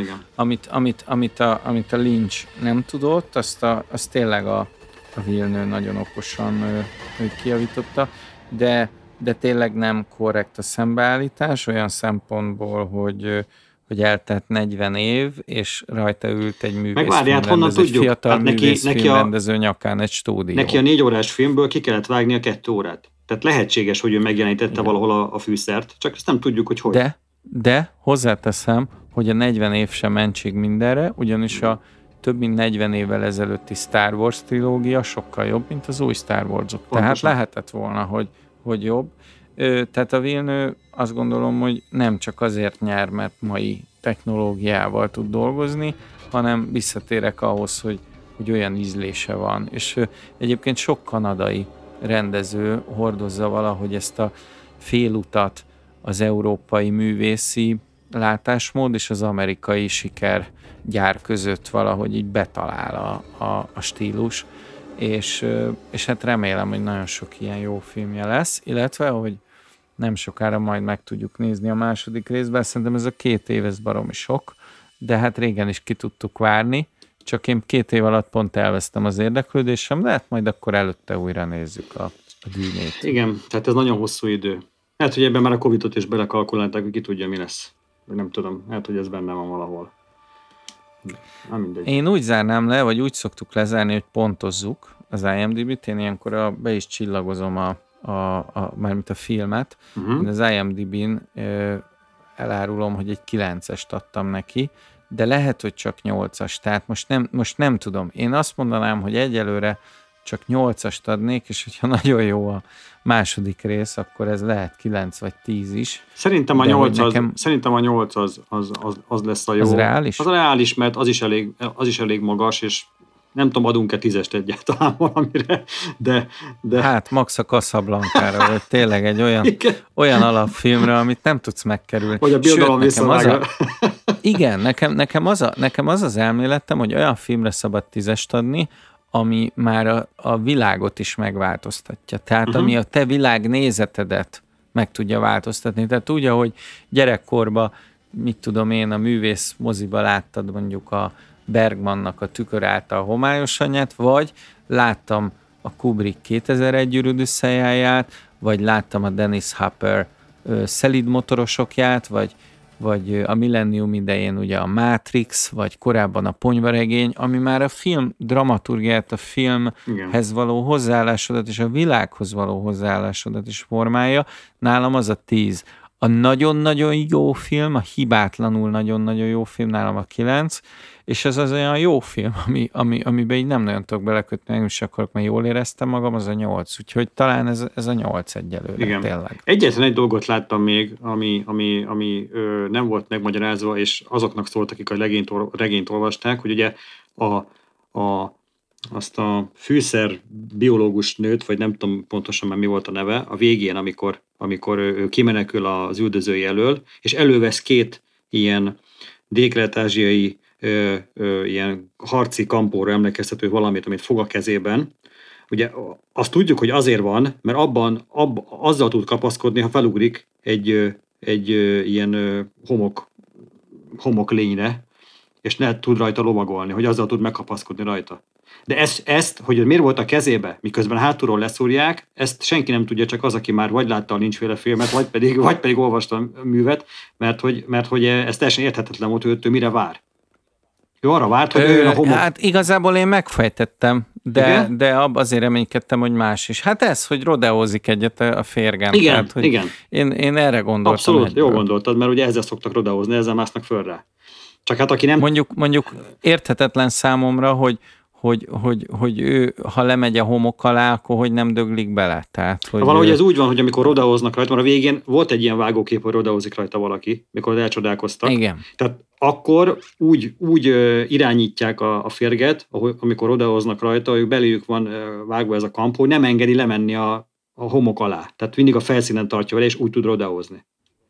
amit a Lynch nem tudott, azt tényleg a Villeneuve nagyon okosan kijavította, de tényleg nem korrekt a szembeállítás olyan szempontból, hogy eltelt 40 év, és rajta ült egy művészfilmrendező, egy fiatal művészfilmrendező nyakán egy stúdió. Neki a 4 órás filmből ki kellett vágni a 2 órát. Tehát lehetséges, hogy ő megjelenítette valahol a fűszert, csak ezt nem tudjuk, hogy. De hozzáteszem, hogy a 40 év sem mentség mindenre, ugyanis a több mint 40 évvel ezelőtti Star Wars trilógia sokkal jobb, mint az új Star Wars-ok. Tehát lehetett volna, hogy jobb. Tehát a Villeneuve azt gondolom, hogy nem csak azért nyer, mert mai technológiával tud dolgozni, hanem visszatérek ahhoz, hogy olyan ízlése van. És egyébként sok kanadai rendező hordozza valahogy ezt a félutat az európai művészi látásmód és az amerikai sikergyár között valahogy így betalál a stílus, és hát remélem, hogy nagyon sok ilyen jó filmje lesz, illetve, hogy nem sokára majd meg tudjuk nézni a második részben. Szerintem ez a 2 év, ez baromi sok, de hát régen is ki tudtuk várni, csak én 2 év alatt pont elvesztem az érdeklődésem, de hát majd akkor előtte újra nézzük a Dűnét. Igen, tehát ez nagyon hosszú idő. Hát, hogy ebben már a Covid-ot is belekalkulálták, hogy ki tudja, mi lesz. Nem tudom, hát, hogy ez benne van valahol. Nem mindegy. Én úgy zárnám le, vagy úgy szoktuk lezárni, hogy pontozzuk az IMDb-t. Én ilyenkor be is csillagozom mármint a filmet. Én az IMDb-n elárulom, hogy egy 9-est adtam neki, de lehet, hogy csak 8-as. Tehát most nem tudom. Én azt mondanám, hogy egyelőre csak 8-ast adnék, és hogyha nagyon jó a második rész, akkor ez lehet 9 vagy 10 is. Szerintem a 8 az lesz a jó. Az reális? Az reális, mert az is elég magas, és nem tudom, adunk-e 10-est egyáltalán valamire, de... Hát max a Casablanca-ra, vagy tényleg egy olyan alapfilmre, amit nem tudsz megkerülni. Vagy a birodalom visszavágja. Igen, nekem az elméletem, hogy olyan filmre szabad 10-est adni, ami már a világot is megváltoztatja. Tehát ami a te világnézetedet meg tudja változtatni. Tehát úgy, ahogy gyerekkorban, mit tudom én, a művész moziba láttad mondjuk a Bergmannak a Tükör által homályos anyját, vagy láttam a Kubrick 2001 Odüsszejáját, vagy láttam a Dennis Hopper szelíd motorosokját, vagy a Millennium idején ugye a Matrix, vagy korábban a Ponyvaregény, ami már a film dramaturgiát, a filmhez való hozzáállásodat és a világhoz való hozzáállásodat is formálja. Nálam az a 10. A nagyon-nagyon jó film, a hibátlanul nagyon-nagyon jó film, nálam a 9, és ez az olyan jó film, amiben így nem nagyon tudok belekötni, nem is akarok, mert jól éreztem magam, az a 8. Úgyhogy talán ez a 8 egyelőre. Igen. Tényleg. Egyetlen egy dolgot láttam még, ami nem volt megmagyarázva, és azoknak szólt, akik a regényt olvasták, hogy ugye azt a fűszer biológus nőt, vagy nem tudom pontosan már mi volt a neve, a végén, amikor ő kimenekül az üldözői elől, és elővesz 2 ilyen dél-kelet-ázsiai ilyen harci kampóra emlékeztető valamit, amit fog a kezében. Ugye azt tudjuk, hogy azért van, mert azzal tud kapaszkodni, ha felugrik egy ilyen homok lényre, és ne tud rajta lovagolni, hogy azzal tud megkapaszkodni rajta. De ezt, hogy miért volt a kezébe, miközben hátulról leszúrják, ezt senki nem tudja, csak az, aki már vagy látta a Lynch-féle filmet, vagy pedig olvasta a művet, mert hogy ez teljesen érthetetlen volt, hogy ő mire vár. Ő arra várt, hogy jön a homok. Hát igazából én megfejtettem, de azért reménykedtem, hogy más is. Hát ez, hogy rodeózik egyet a férgen. Igen, tehát, hogy igen. Én erre gondoltam. Abszolút, jó gondoltad, mert ugye ezzel szoktak rodeózni, ezzel másznak föl rá. Csak hát aki nem... Mondjuk érthetetlen számomra, hogy ő, ha lemegy a homok alá, akkor hogy nem döglik bele. Tehát, hogy valahogy ez úgy van, hogy amikor rodeóznak rajta, mert a végén volt egy ilyen vágókép, hogy rodeózik rajta valaki, mikor elcsodálkoztak. Igen. Tehát akkor úgy irányítják a férget, amikor rodeóznak rajta, hogy beléjük van vágva ez a kampó, hogy nem engedi lemenni a homok alá. Tehát mindig a felszínen tartja vele, és úgy tud rodeózni.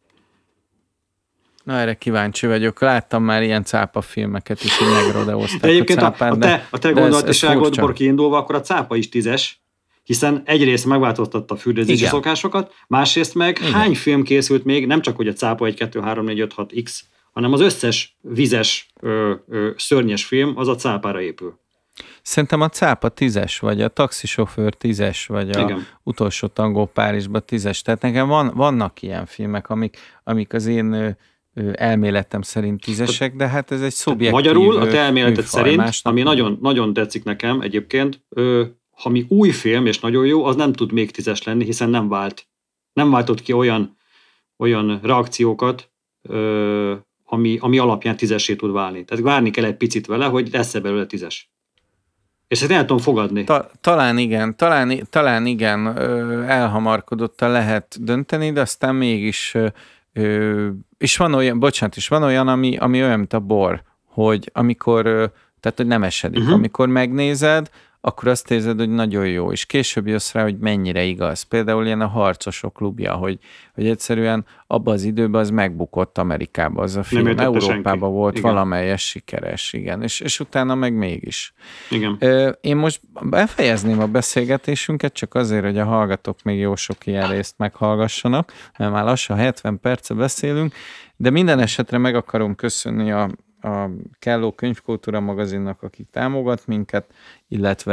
Na, erre kíváncsi vagyok. Láttam már ilyen cápa filmeket is, hogy megrodeózták egyébként a cápát. a te gondolatiságodból kiindulva, akkor a cápa is 10-es, hiszen egyrészt megváltoztatta a fürdőzési szokásokat, másrészt meg hány film készült még, nem csak hogy a cápa 1, 2, 3, 4, 5, 6, X, hanem az összes vizes, szörnyes film az a cápára épül. Szerintem a cápa 10-es, vagy a taxisofőr 10-es, vagy a utolsó tangó Párizsba 10-es. Tehát nekem vannak ilyen filmek, amik az én elméletem szerint 10-esek, de hát ez egy szubjektív magyarul a te elméleted műfaj, szerint, ami nagyon, nagyon tetszik nekem egyébként, ha mi új film és nagyon jó, az nem tud még 10-es lenni, hiszen nem váltott ki olyan reakciókat, ami alapján 10-essé tud válni. Tehát várni kell egy picit vele, hogy lesz-e belőle 10-es. És ezt el tudom fogadni. Talán igen, elhamarkodottan lehet dönteni, de aztán mégis és van olyan, ami olyan, mint a bor, hogy amikor, tehát hogy nem esedik. Amikor megnézed, akkor azt érzed, hogy nagyon jó, és később jössz rá, hogy mennyire igaz. Például ilyen a Harcosok klubja, hogy egyszerűen abban az időben az megbukott Amerikában az a film. Európában volt valamelyes sikeres, igen, és utána meg mégis. Igen. Én most befejezném a beszélgetésünket, csak azért, hogy a hallgatók még jó sok ilyen részt meghallgassanak, mert már lassan 70 perce beszélünk, de minden esetre meg akarom köszönni a Kelló Könyvkultúra magazinnak, akik támogat minket, illetve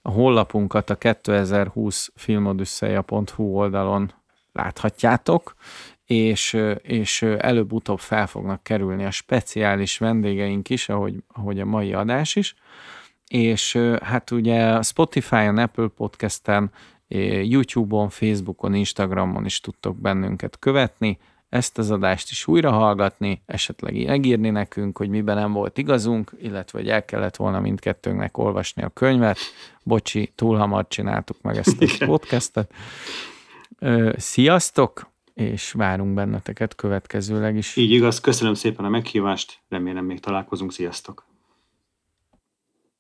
a honlapunkat a 2020 filmodüsszeia.hu oldalon láthatjátok, és előbb-utóbb fel fognak kerülni a speciális vendégeink is, ahogy a mai adás is, és hát ugye a Spotify-on, Apple Podcast-en, YouTube-on, Facebookon, Instagramon is tudtok bennünket követni, ezt az adást is újra hallgatni, esetleg megírni nekünk, hogy miben nem volt igazunk, illetve hogy el kellett volna mindkettőnknek olvasni a könyvet. Bocsi, túl hamar csináltuk meg ezt a podcastet. Sziasztok, és várunk benneteket következőleg is. Így igaz, köszönöm szépen a meghívást, remélem még találkozunk, sziasztok!